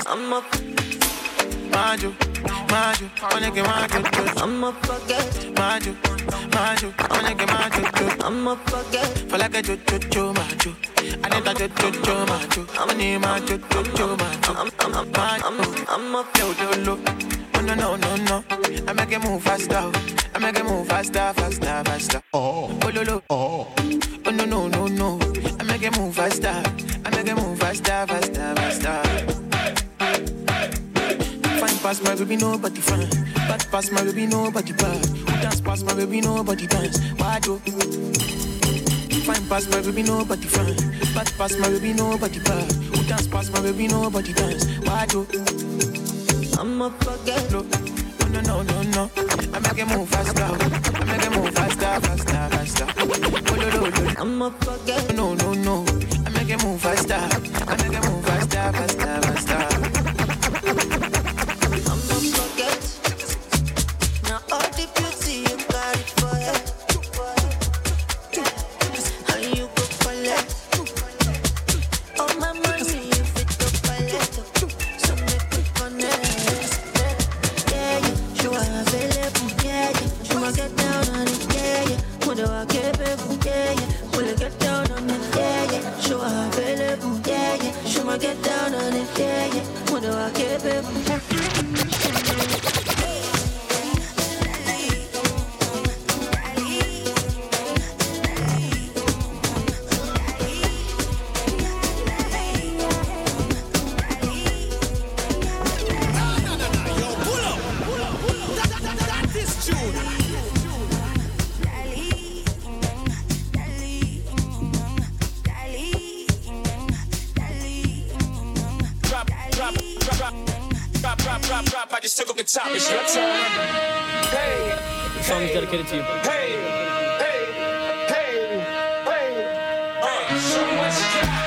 I'ma forget. maju, maju. I wanna get maju, I'ma forget. For like a jo, maju. I need a jo, maju. I need my jo, maju. I'ma feel low. No. I make it move faster. I make it move faster. Oh, lo. Oh, no. I make it move faster. I make it move faster. Fine past my baby, nobody fine. Bad past my baby, nobody bad. Who dance past my baby, nobody dance. Why do? Fine past my baby, nobody fine. Bad past my baby, nobody bad. Who dance past my baby, nobody dance. Why do? I'ma forget. No. I make it move faster. I make it move faster. I'ma forget. No. I make it move faster. I make it move faster. I'ma forget. Now all the beauty you got it for you. How you go collect? All my money you fit to collect. So make me connect. You are available, You wanna get down on it, When do I get back, Will I get down on it, You are available, You wanna get down on it, When do I get back? Drop, I just took up the top. It's your turn. Hey, the song is dedicated to you. Hey. Show me what you got.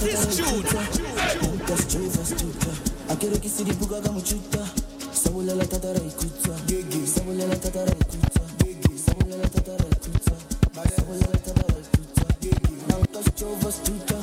this tune. Aquele que se dibuga como chuta, sabula la tatara ikuta, sabula la tatara ikuta, sabula la tatara ikuta, sabula la tatara ikuta, nunca chova chuta.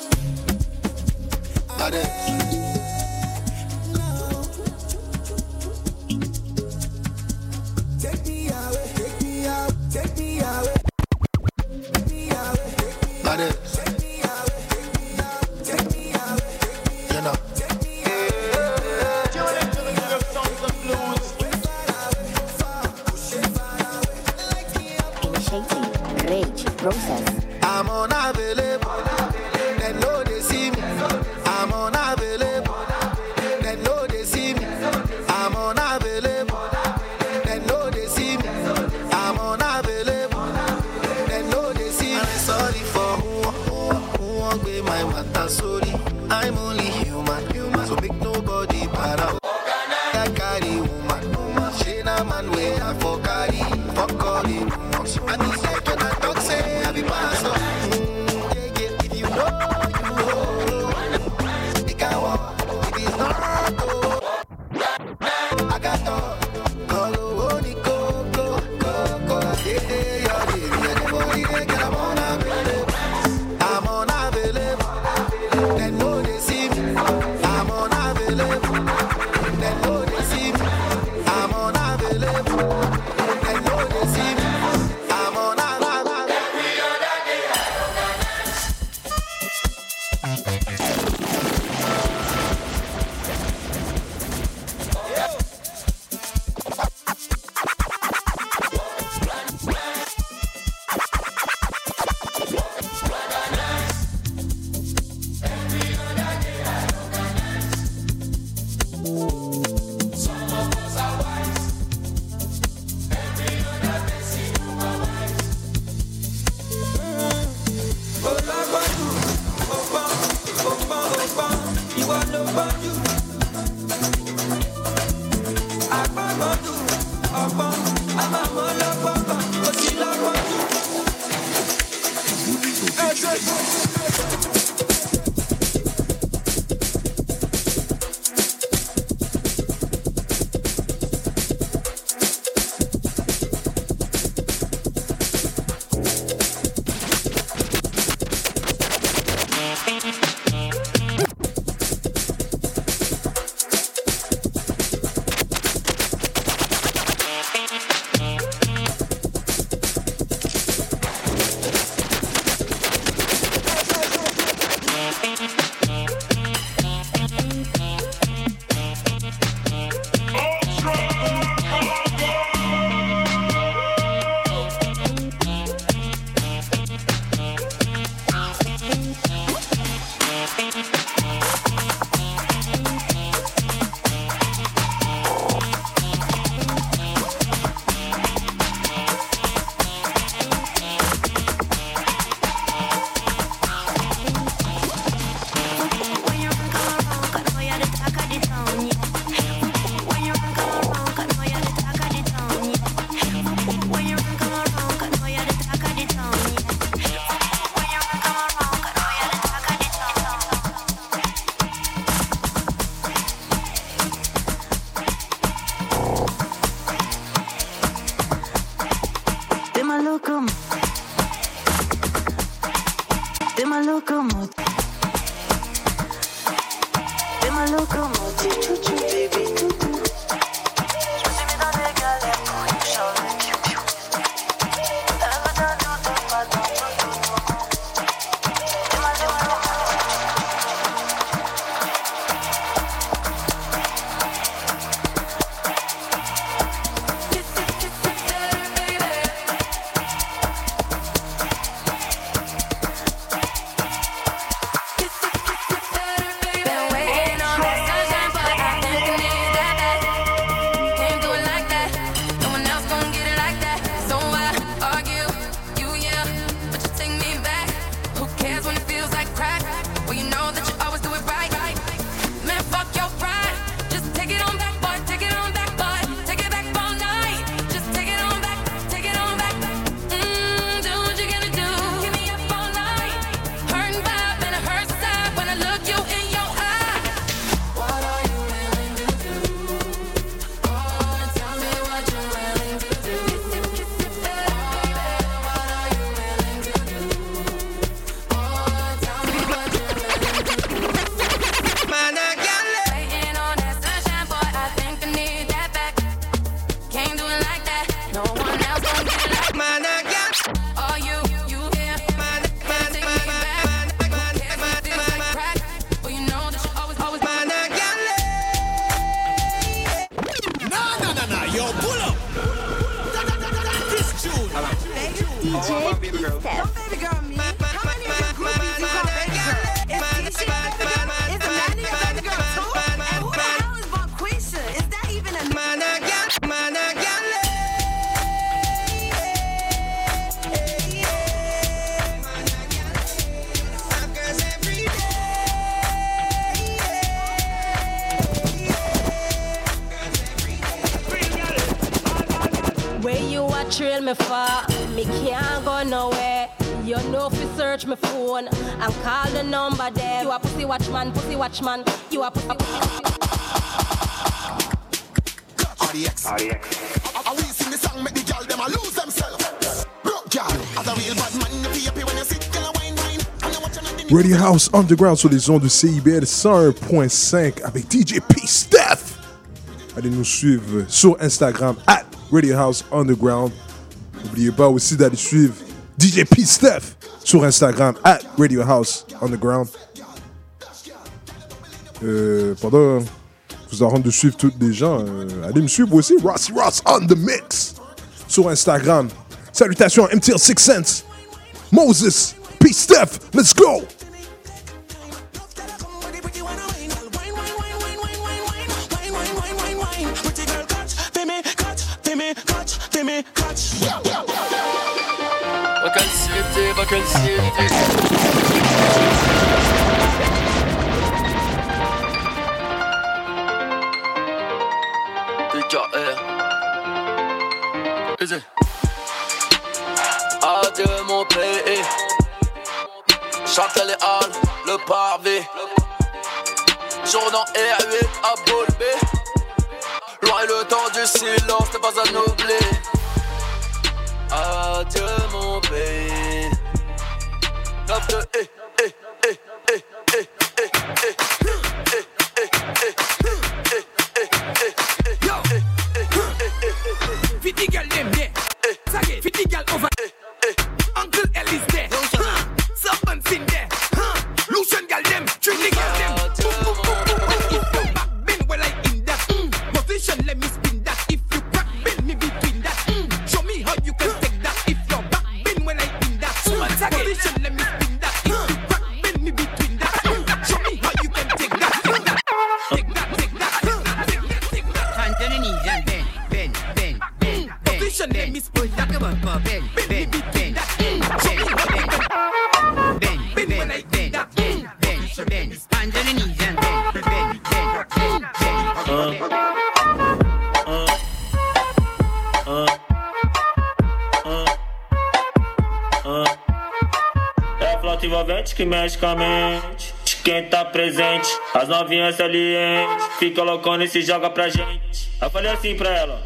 Take me away, take me out, take me away, take me away, take me away, take me away, you know. Rage, process. I'm unavailable. They know they see me. I'm unavailable. They know they see me. I'm unavailable. They know they see me. I'm unavailable. They know they see me. I'm sorry for who won't be my matter. Sorry, I'm only human. So make nobody para. I carry woman. She na man way I for carry. Fuck all the rumors. I need second I talk say I be pastor. If you know, you know. It can walk. It is not I got to go, I'm unavailable. They know they see me. I'm unavailable. They know they see me. I'm unavailable. They know they see me. I'm unavailable. Every other day DJ P-Step. Where you a trail me for? Me can't go nowhere. You know fi search my phone and call the number there. You a pussy watchman, pussy watchman. You a pussy. RDX. I will sing the song, make the girl them a lose themselves. Broke girl, as a real bad man, you be happy when you sit, girl a wine. Radio House Underground sur les ondes de CIBL 101.5 avec DJ P-Steph. Allez nous suivre sur Instagram @Radio House Underground. N'oubliez pas aussi d'aller suivre DJ P-Steph sur Instagram @Radio House Underground. Pendant vous en de suivre toutes les gens, allez me suivre aussi Rossy Ross on the Mix sur Instagram. Salutations MTL 6 Cents, Moses, P-Steph, let's go! Adieu mon pays, Chantal les halles, le pavé, journant R8 à Bolbé, loin le temps du silence, n'est pas à oublier. Adieu mon pays, 9-2, Fitigal them there. Sage, Fitigal over. Uncle Ellis there. Serpents in there. Lucian gal them. Trinity gal them. Back bend well I in that. Position let me spin that. If you crack bend me between that. Show me how you can take that. If you're back bend well I in that. Position let me spin that. If you crack bend me between that. Show me how you can take that. Take that. Hand on the knees and bend. Position let me spin that. Bend between that. Bend when I do that. Bend. Hand on the knees and bend. É flauta envolvente que mexe com a mente de quem tá presente. As novinhas salientes fica loucona e se joga pra gente. Eu falei assim pra ela.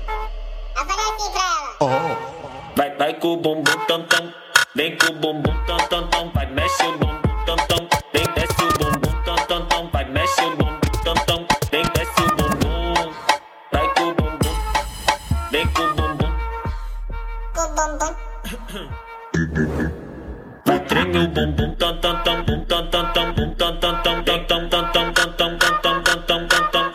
Vai com o bumbum tam tam. Vem com o bumbum tam tam tam. Vai mexe o bumbum tam tam. Vem desce o bumbum tam tam tam. Vai mexe o bumbum tam tam. Vem desce o bumbum. Vai com o bumbum. Vem com o bumbum. Vai treme o bumbum tam tam tam. Bum tam tam tam. Bum tam tam tam. Tam tam tam tam tam tam tam tam tam tam tam.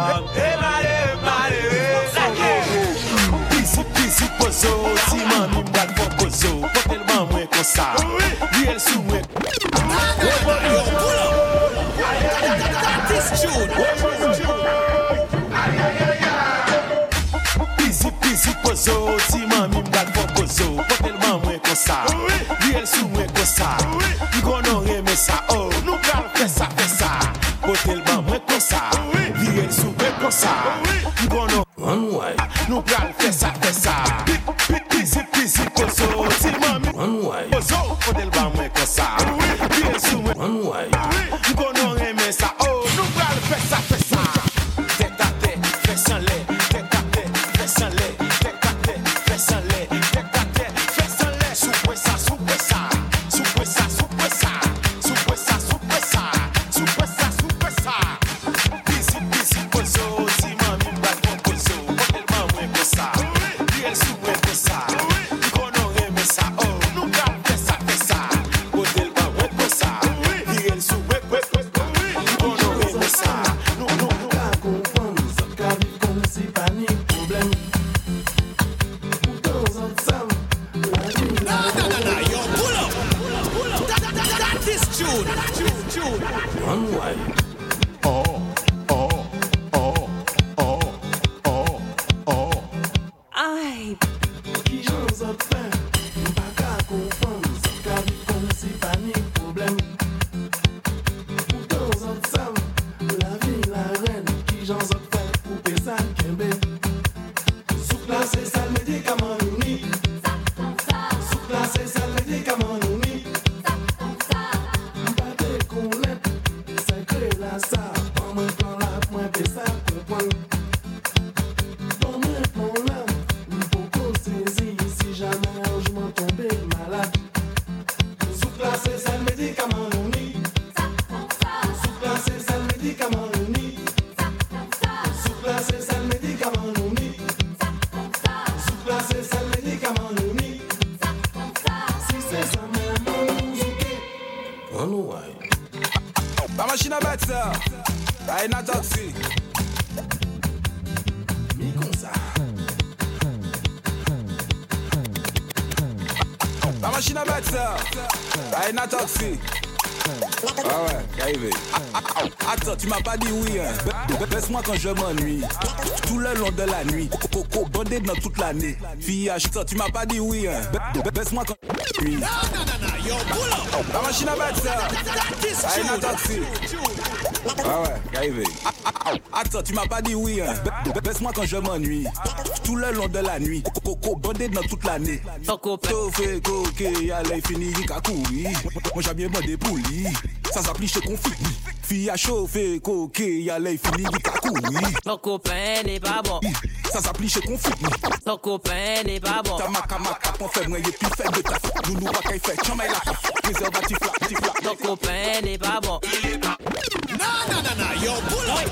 down. Busy pozo, si mami m'gal for pozo. Pas tellement moins comme ça. Riel sous moi. This June. Busy pozo, si mami m'gal for pozo. Pas tellement moins comme ça. Riel sous moi comme ça. M'konon aimer ça. Oh, nous gal fait ça. Pas tellement moins comme ça. Riel sous moi comme ça. M'konon one way. Nous gal fait ça. Busy pozo, si mami one way. Pozo, pas tellement moins comme ça. Riel sous moi one way. M'konon aimer ça. Oh, nous gal fait ça. Tête à tête, fais sans lait. Tête à tête, fais sans lait. Tête à tête, fais sans lait. Tête à tête, fais sans lait. Soupe ça. Busy pozo, si mami m'gal for pozo. Pas tellement moins comme ça. Riel sous moi comme ça. M'konon aimer ça. Oh, nous gal fait ça. Pas tellement moins comme ça. Riel sous moi m'konon aimer ça. Nous comprendre ça qu'a vivre comme si pas ni problème. Pourtant ensemble la vie. Non, yo, pull up. That is June. One way. Aïe. Qui j'en fait, pas qu'à comprendre ça qu'a vivre comme si pas ni problème. Pourtant ensemble la vie la reine. Qui j'en fait pour payer ça kembe. Sous classe ça le médicament uni. Sous classe ça le médicament uni. Pas de connaître, c'est que la ça. Pas moins plan la point payer ça comprendre. Dans mes plans là. Si jamais je m'en tombé malade. Sous classe ça le médicament uni. Sous classe ça le médicament uni. Sous classe ça le médicament uni. Sous classe ça le médicament uni. Si c'est ça même on ouais. La machine à battre ça. T'as une taxi. Mi comme ça. La machine à battre ça. T'as une taxi. Ah ouais, arrivé. Attends, tu m'as pas dit oui, hein. Baisse-moi quand je m'ennuie. Tout le long de la nuit. Coco bandé dans toute l'année. Fille, attends, tu m'as pas dit oui, hein. Baisse-moi quand je m'ennuie. Yo, pull up. La machine à battre ça. T'as une taxi. Ah ouais, arrivé. Attends, tu m'as pas dit oui, hein. Baisse-moi quand je m'ennuie. Tout le long de la nuit. Coco bandé dans toute l'année. Fait coquet, allez finir qu'à courir. Moi j'ai bien bandé pour lui. Ça s'applique chez conflit. Fille à chauffer, coquet, allez finir qu'à courir. Ton copain n'est pas bon. Ça s'applique chez conflit. Ton copain n'est pas bon. Ta maca, on fait moins, et puis fait de ta faute. Nous pas qu'à faire, chambé la préservatif là. Ton copain n'est pas bon. Non, yo, pull up.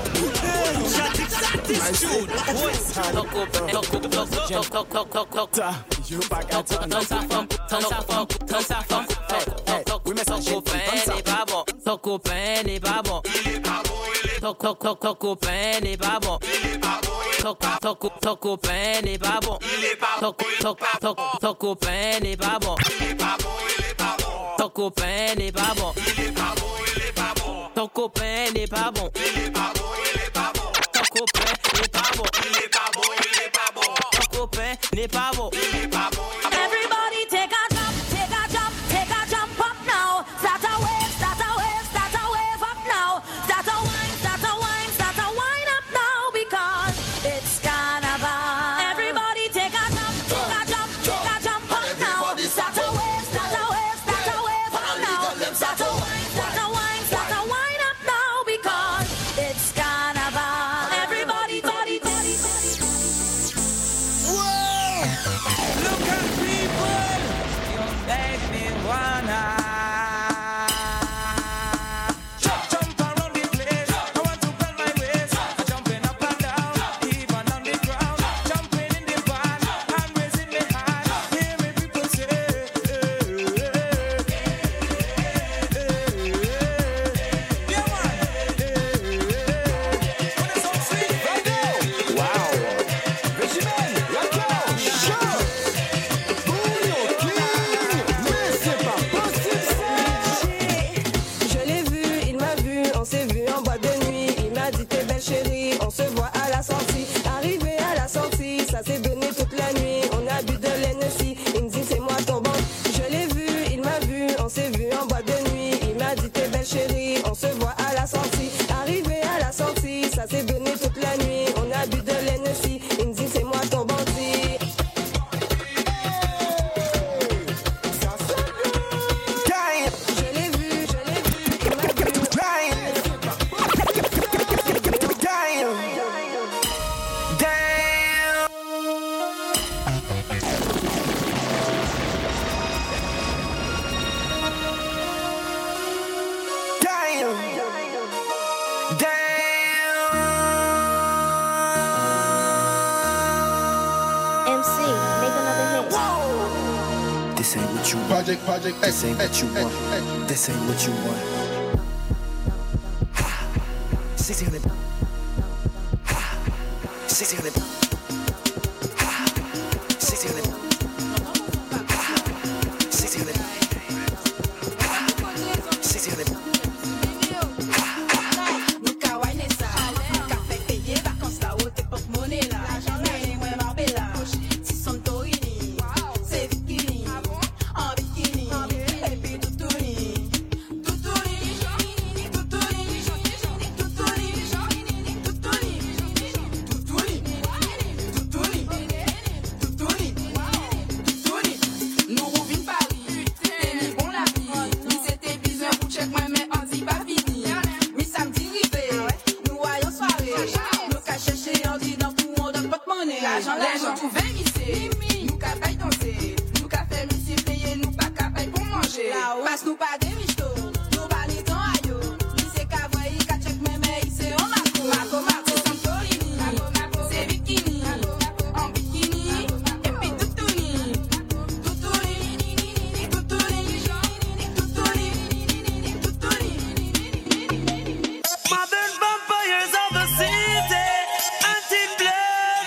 Ton copain n'est pas bon. Ton copain n'est pas bon. Ton copain n'est pas bon. Ton copain n'est pas bon. Ton copain n'est pas bon. Ton copain n'est pas bon. Ton copain n'est pas bon. Ton copain n'est pas bon. Everybody take a jump up now. Start a wave up now. Start a wine up now because it's carnival. Everybody take a jump up now. Start a wave up now. Start a wine up now because it's carnival. Everybody, Whoa! Look at people. MC, make another hit. This ain't what you want. Project, this ain't what you want. This ain't what you want. 600. 600. 600. 600. 600. Nunca vai nessa. Café payé, vacances là, haute époque monnaie là. Jamais moins Marbella. Si Santorini, c'est bikini. En bikini, et puis Tutuni. Tutuni, Tutuni, Tutuni, Tutuni. Nous rouvins Paris, t'es mis bon la vie. Mi c'était bizarre pour check moi mais on dit pas fini. Mi samedi rivé, nous voyons soirée. Nous qu'à chercher on dit dans tout on donne pas de monnaie. L'argent trouvé missé, nous qu'à paye danser. Nous qu'à faire missi payer, nous pas qu'à paye pour manger. Passe nous pas des michtos, nous balise dans ayo. Mi c'est qu'à voir, qu'à check moi mais c'est en Marco. Marco, Santorini, c'est bikini. En bikini, et puis Tutuni. Modern vampires of the city, anti-blood,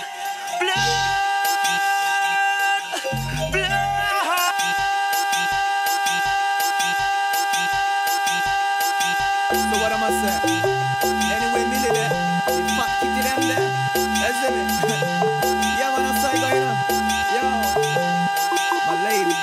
blood. So what am I saying? Anyway, me live there. Fat kitty them there. Isn't it? Yeah, man, I'm sorry, going on. Yo, my lady.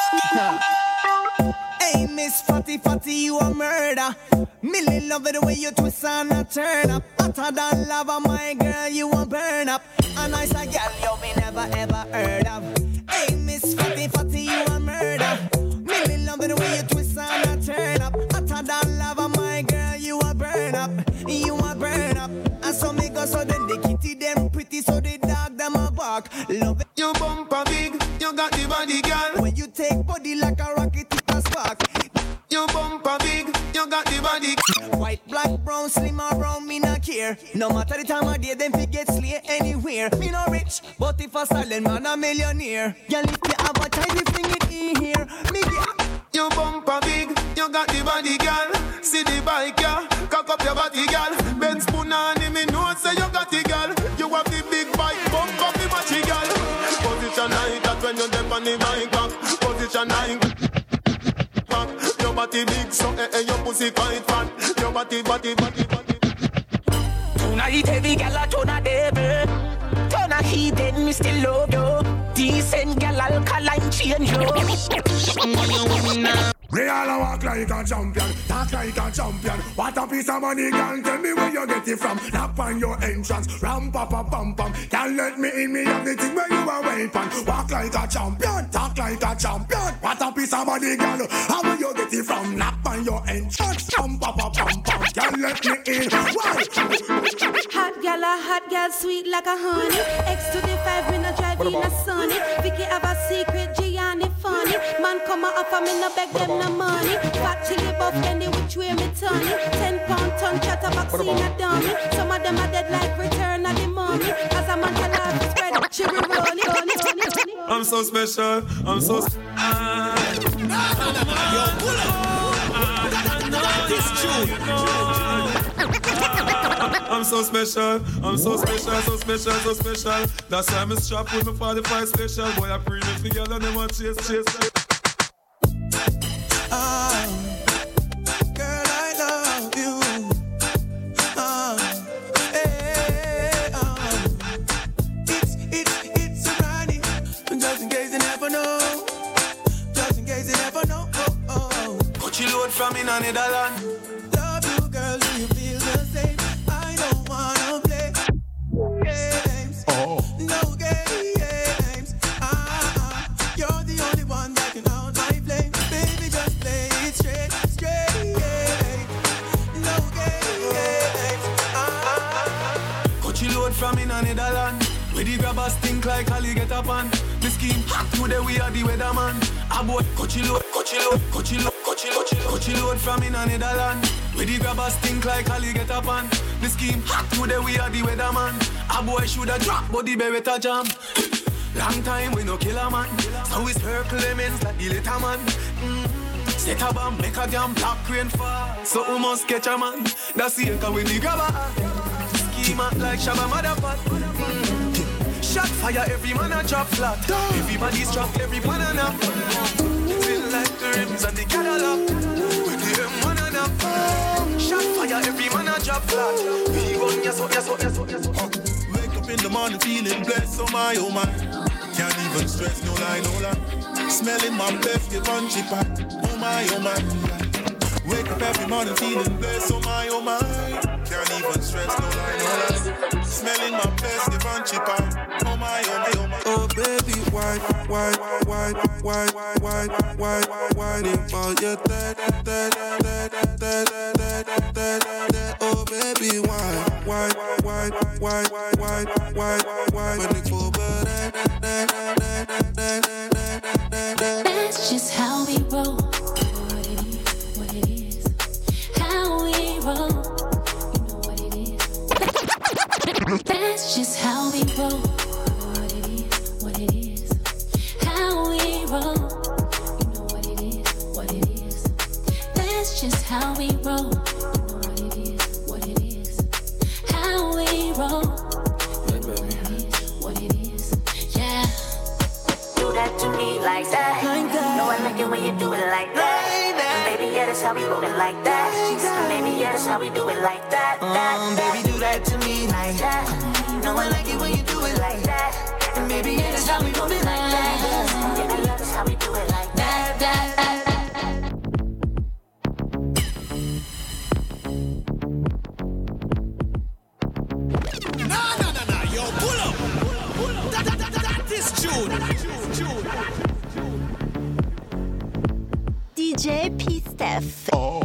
Hey, Miss Fatty, you a murder. Millie love it the way you twist and a turn up. Hotter than lava, my girl, you a burn up. A nice a girl you me never ever heard of. Hey, Miss Fatty, you a murder. Millie love it the way you twist and a turn up. Hotter than lava, my girl, you a burn up. You a burn up. And so me go so then the kitty them pretty, so the dog them a bark. Love it. You bumper big, you got the body, girl. When you take body like a rocket, it a spark. You bumper big, you got the body. White, black, brown, slim or brown, me not care. No matter the time of day, them fi get slay anywhere. Me no rich, but if a silent man a millionaire. Girl, if you advertise, you bring it in here. Me get. You bumper big, you got the body, girl. See the bike, yeah, cock up your body, girl. Ben spoon on him, me know say you got the girl. You have the big bike, bump up the matchy, girl. Position like that when you step on the bike back. Position like back. Your body big, so your pussy quite fat. Your body. Tonight heavy gal a turn a devil. Turn a heathen, me still love you. Decent gal alkaline change you. We all a walk like a champion, talk like a champion. What a piece of money, girl, tell me where you get it from. Knock on your entrance, ram pa pa pam pam. Can't let me in, me have the thing where you are waiting. Walk like a champion, talk like a champion. What a piece of money, girl, how will you get it from? Knock on your entrance, ram pa pa pam pam. Can't let me in, why? Hot gal, sweet like a honey. X to the 5, me no drive in a sunny. Vicky have a secret, Gianni funny. Man come a offer me no beg them no money. Fat chili buff any which way me turn it. 10 pound ton chatterbox in a dummy. Some of them are dead like Return of the Mummy. As a man can laugh spread, she will roll it. I'm so special, I'm so I'm so special, so special. That's why I'm strapped with my 45 special. Boy, I bring it together and they want chase. Girl, I love you. It's a Ronnie. Just in case you never know. Put your load from in on Netherlands. Love you, girl, do you feel the same? I don't wanna play games. No games. You're the only one that can out my flame. Baby, just play it straight. No games. Cut your load from in on Netherlands. Where the grabbers think like Holly get up on. The scheme hot today, we are the weatherman. About cut your load from in on Netherlands. With the grabbers stink like Ali get up on. The scheme hot today we are the weatherman. A boy shoulda drop but the beretta jam. Long time we no kill a man. So we circle them ends like the little man. Set a bomb, make a damn black rain fall. So we must catch a man. That's the anchor with the grabber. Schema like Shabba Motherfucker. Shot fire, every man a drop flat. Everybody's trapped, every man a nap. Feel like the rims and the Cadillac. With the M1 and up. Shot fire, every man a drop flat. We run, yes, oh, yes, oh, yes, oh, yes, oh. Wake up in the morning feeling blessed, oh my, oh my. Can't even stress, no lie, no lie. Smelling my perfume, punchy pack, oh my, oh my. Wake up every morning feeling blessed, oh my, oh my. Can't even stress, no lie, no lie. Smelling my best, the punchy pack, oh my, oh my, oh my. Oh baby, why, for your dad. Oh baby, why, when you go That's just how we roll. What it is. How we roll. You know what it is. That's just how we roll. What it is. How we roll. You know what it is. What it is. That's just how we roll. You know what it is. How we roll. That to me like that. No, I like it when you do it like that. Baby, yeah, that's how we roll it like that. Baby, yeah, that's how we do it like that. Baby, do that to me like that. No, I like it when you do it like that. And baby, yeah, that's how we roll it like that. Baby, yeah, that's how we do it like that. Nah, yo, pull up. That is June. DJ P. Steph. Oh.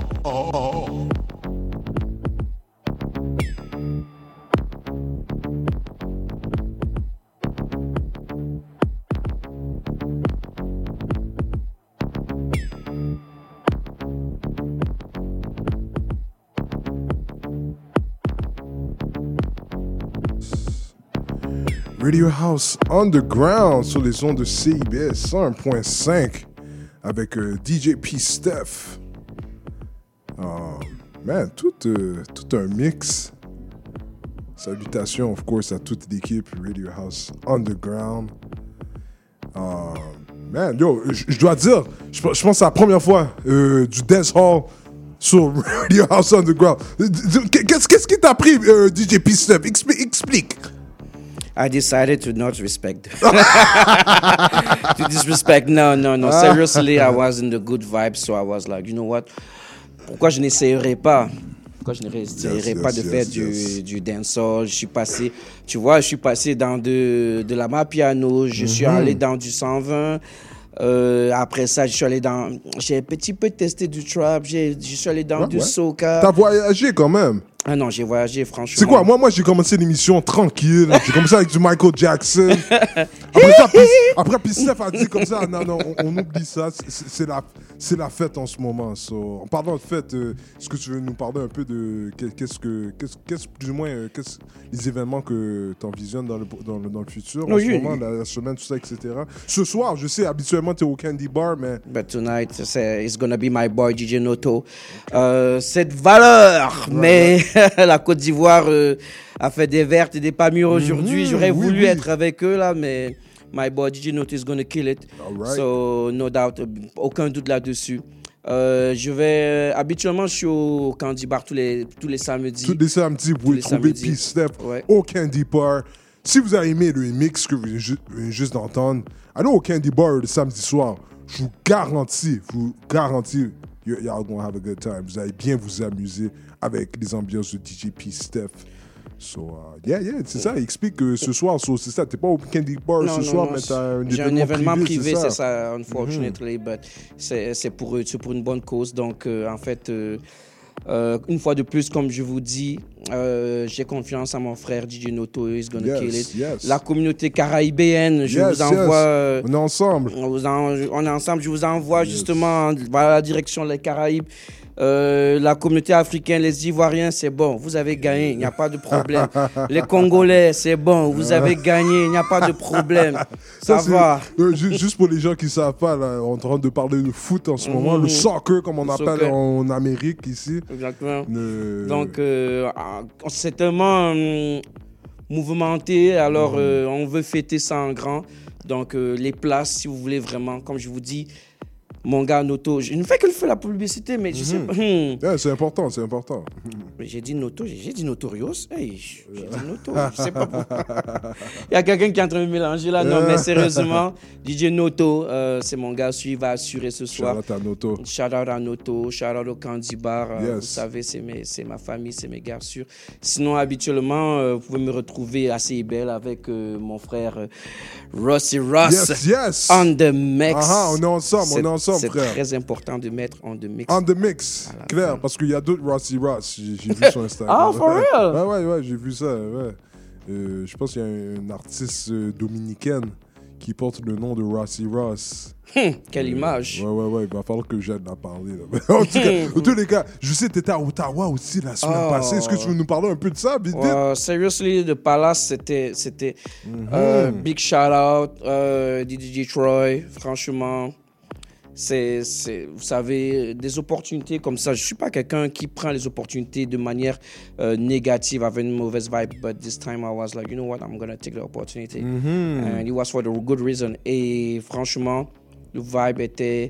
Radio House Underground sur les ondes de CIBS 101.5 avec DJ P. Steph. Man, tout un mix. Salutations, of course, à toute l'équipe Radio House Underground. Man, yo, je dois dire, je pense que c'est la première fois du dance hall sur Radio House Underground. Qu'est-ce qui t'a pris, DJ P. Steph? Explique. I decided to not respect. To disrespect. No. Seriously, I was in the good vibe, so I was like, you know what? Pourquoi je n'essayerais pas? Pourquoi je n'essayerais pas de faire du dancehall? Je suis passé dans de la Mapiano, je suis allé dans du 120. Après ça, j'ai un petit peu testé du trap, je suis allé dans du soca. T'as voyagé quand même? Ah non, j'ai voyagé, franchement. C'est quoi? Moi, j'ai commencé l'émission tranquille. J'ai commencé avec du Michael Jackson. Après, puis Steph a dit comme ça, non, on oublie ça. C'est la fête en ce moment. So, en parlant de fête, est-ce que tu veux nous parler un peu de qu'est-ce plus ou moins les événements que tu envisionnes dans le futur en ce moment, la semaine, tout ça, etc. Ce soir, je sais, habituellement, tu es au Candy Bar, mais... But tonight, it's gonna be my boy, DJ Noto. Cette valeur, mais... La Côte d'Ivoire a fait des vertes et des pas mûres aujourd'hui. J'aurais voulu être avec eux là, mais my boy DJ Noto is gonna kill it. Right. So no doubt, aucun doute là-dessus. Habituellement, je suis au Candy Bar tous les samedis. Tous les samedis, vous pouvez trouver P. Steph au Candy Bar. Si vous avez aimé le mix que vous venez juste d'entendre, allez au Candy Bar le samedi soir. Je vous garantis, y'all gonna have a good time. Vous allez bien vous amuser avec les ambiances de DJ P. Steph. So, c'est ça. Explique que ce soir, c'est ça. T'es pas au Candy Bar ce soir, mais t'as un événement privé. C'est ça, unfortunately, but c'est pour une bonne cause. Donc, en fait, une fois de plus, comme je vous dis, j'ai confiance à mon frère DJ Noto. He's gonna kill it. Yes. La communauté caraïbéenne, je vous envoie. On est ensemble. On est ensemble. Je vous envoie justement dans la direction des Caraïbes. La communauté africaine, les Ivoiriens, c'est bon, vous avez gagné, il n'y a pas de problème. Les Congolais, c'est bon, vous avez gagné, il n'y a pas de problème. Ça va. Juste pour les gens qui ne savent pas, là, on est en train de parler de foot en ce moment, le soccer, comme on appelle en Amérique ici. Exactement. Donc, c'est tellement mouvementé, alors on veut fêter ça en grand. Donc, les places, si vous voulez vraiment, comme je vous dis, mon gars Noto, je ne fais que faire la publicité, mais je sais pas. Yeah, c'est important, c'est important. J'ai dit Noto, j'ai dit Notorious. Hey, j'ai dit Noto, je sais pas pourquoi. Il y a quelqu'un qui est en train de me mélanger là. Non, mais sérieusement, DJ Noto, c'est mon gars, il va assurer ce soir. Shout out à Noto. Shout out à Noto, shout out au Candy Bar. Yes. Vous savez, c'est ma famille, c'est mes gars sûrs. Sinon, habituellement, vous pouvez me retrouver à CIBL avec mon frère Rossy Ross. Yes. On the mix. On est ensemble, c'est frère. très important de mettre on the mix. On the mix, clair, parce qu'il y a d'autres Rossy Ross. J'ai vu sur Instagram. Ah, for real? Ouais, j'ai vu ça. Ouais. Je pense qu'il y a une artiste dominicaine qui porte le nom de Rossy Ross. Quelle image. Ouais, il va falloir que j'aide à parler. Là. En tout cas, en tous les cas, je sais que tu étais à Ottawa aussi la semaine passée. Est-ce que tu veux nous parler un peu de ça, vite? Seriously, The Palace, c'était big shout-out, DJ Troy, franchement. Vous savez, des opportunités comme ça. Je ne suis pas quelqu'un qui prend les opportunités de manière négative avec une mauvaise vibe. But this time I was like, you know what, I'm going to take the opportunity. And it was for the good reason. Et franchement, le vibe était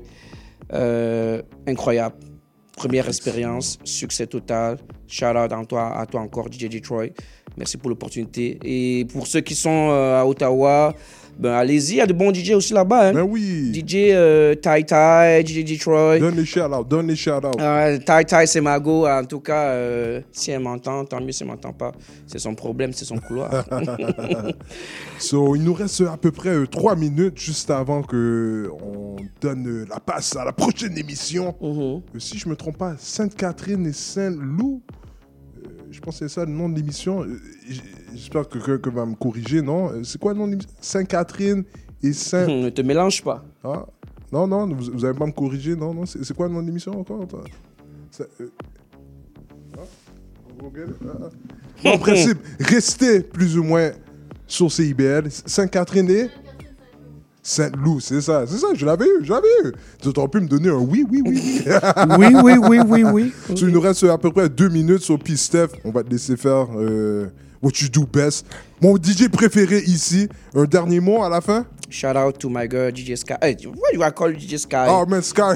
incroyable. Première expérience, succès total. Shout out à toi encore, DJ Detroit. Merci pour l'opportunité. Et pour ceux qui sont à Ottawa, allez-y, il y a de bons DJ aussi là-bas. Hein. Ben oui. DJ Tai, DJ Detroit. Donne les shout-out. Tai, c'est ma go. En tout cas, si elle m'entend, tant mieux. Si elle ne m'entend pas, c'est son problème, c'est son couloir. Il nous reste à peu près 3 minutes juste avant qu'on donne la passe à la prochaine émission. Si je ne me trompe pas, Sainte-Catherine et Saint-Loup. Je pense que c'est ça le nom de l'émission. J'espère que quelqu'un va me corriger, non? C'est quoi le nom de l'émission? Sainte-Catherine et Saint... Ne te mélange pas. Ah, non, vous n'allez pas me corriger, non? C'est quoi le nom de l'émission encore? En principe, restez plus ou moins sur CIBL. Sainte-Catherine et... Saint-Loup, c'est ça, je l'avais eu. Tu aurais pu me donner un oui. oui. Il nous reste à peu près 2 minutes sur P-Steph. On va te laisser faire what you do best. Mon DJ préféré ici, un dernier mot à la fin? Shout out to my girl, DJ Sky. Hey, why you are called DJ Sky? Oh, man, Sky.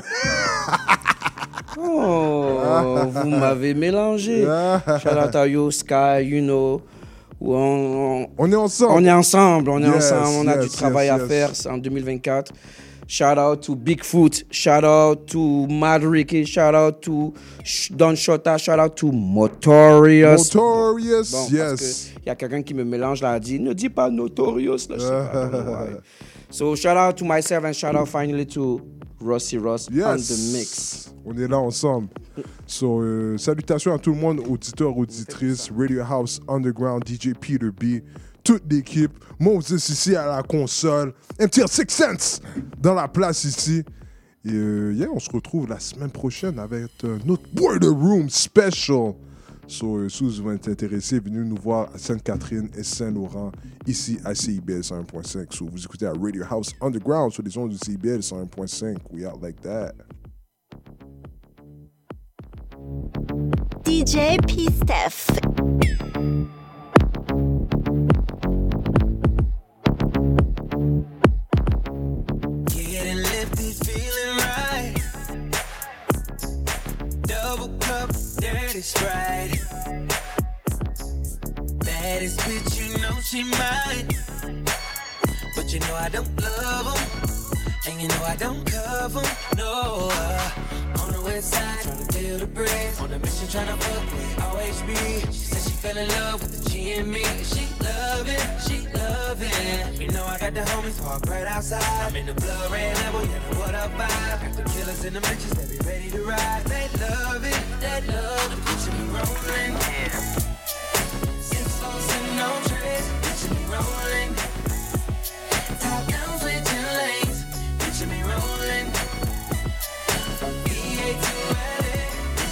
Vous m'avez mélangé. Shout out to you, Sky, you know. On est ensemble. On a du travail à faire en 2024. Shout out to Bigfoot. Shout out to Mad Ricky. Shout out to Don Shota. Shout out to Motorious. Yes. Il y a quelqu'un qui me mélange là, dit ne dis pas Notorious. Là, je sais pas. So shout out to myself and shout out finally to Rossy Ross on the mix. On est là ensemble. Salutations à tout le monde, auditeurs, auditrices, Radio House Underground, DJ Peter B, toute l'équipe, Moses ici à la console, MTR Six Sense dans la place ici. Et on se retrouve la semaine prochaine avec notre Border Room Special. Si vous êtes intéressés, venez nous voir à Sainte-Catherine et Saint-Laurent, ici à CIBL 101.5. Vous écoutez à Radio House Underground sur les ondes de CIBL 101.5. We out like that. DJ P-Steph. Getting lifted, feeling right. Double cup, dirty Sprite. Baddest bitch, you know she mine. But you know I don't love them. And you know I don't cover them, no. On the west side, trying to feel the breeze. On a mission, trying to fuck with OHB. She said she fell in love with the G and me. She love it. You know I got the homies parked right outside. I'm in the blood red level, you know what up vibe. Got the killers in the bitches, they be ready to ride. They love it, the bitch me rolling. Six folks and no trays, bitch me rolling. Top down, switching lanes, bitch me rolling. VA to LA,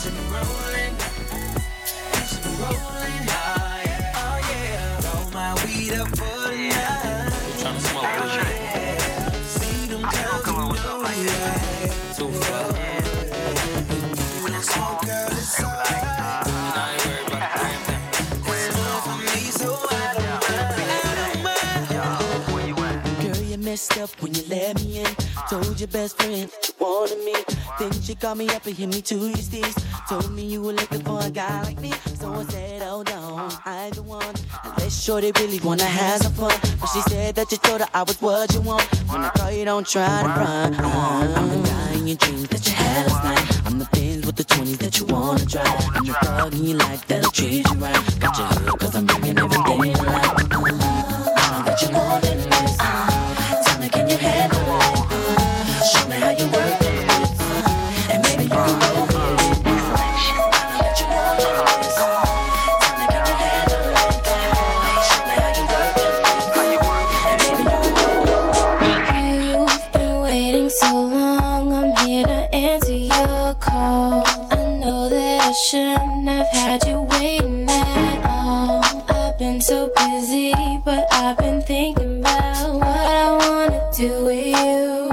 feet up for the night. Trying to smoke this. See them girls, you know we ride. Too far. When I smoke, girl, it's alright. I ain't worried about the gram thing. It's more for me, so I don't mind. Girl, you messed up when you let me in. Told your best friend that you wanted me. Then she called me up and hit me to your steez. Told me you were looking for a guy like me. So I said, hold on, I'm the one. Unless shorty really wanna have some fun. But she said that you told her I was what you want. When I call you, don't try to run. I'm the guy in your dreams that you had last night. I'm the things with the 20s that you wanna try. I'm the thug and you like that'll treat you right. Got you hood cause I'm bringing everything you like. I got you more than this. Tell me, can you handle it? Show me how you work it. And maybe you can go with it. I got you more than this. Tell me, can you handle it? Show me how you work it. And maybe you can go with it. You've been waiting so long, I'm here to answer your call. I know that I shouldn't have had you waiting at all. I've been so busy, but I've been thinking about what I wanna do with you.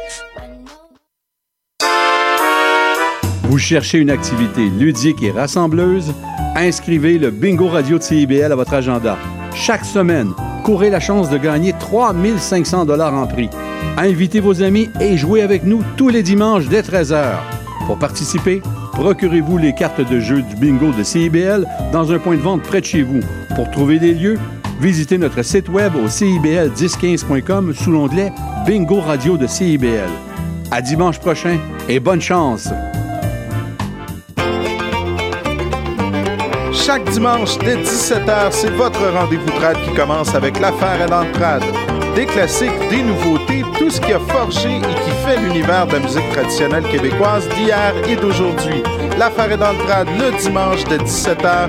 Vous cherchez une activité ludique et rassembleuse? Inscrivez le Bingo Radio de CIBL à votre agenda. Chaque semaine, courez la chance de gagner 3 500 $ en prix. Invitez vos amis et jouez avec nous tous les dimanches dès 13h. Pour participer, procurez-vous les cartes de jeu du bingo de CIBL dans un point de vente près de chez vous. Pour trouver des lieux, visitez notre site web au cibl1015.com sous l'onglet Bingo Radio de CIBL. À dimanche prochain et bonne chance! Chaque dimanche dès 17h, c'est votre rendez-vous trad qui commence avec l'affaire est dans le trad. Des classiques, des nouveautés, tout ce qui a forgé et qui fait l'univers de la musique traditionnelle québécoise d'hier et d'aujourd'hui. L'affaire est dans le trad le dimanche dès 17h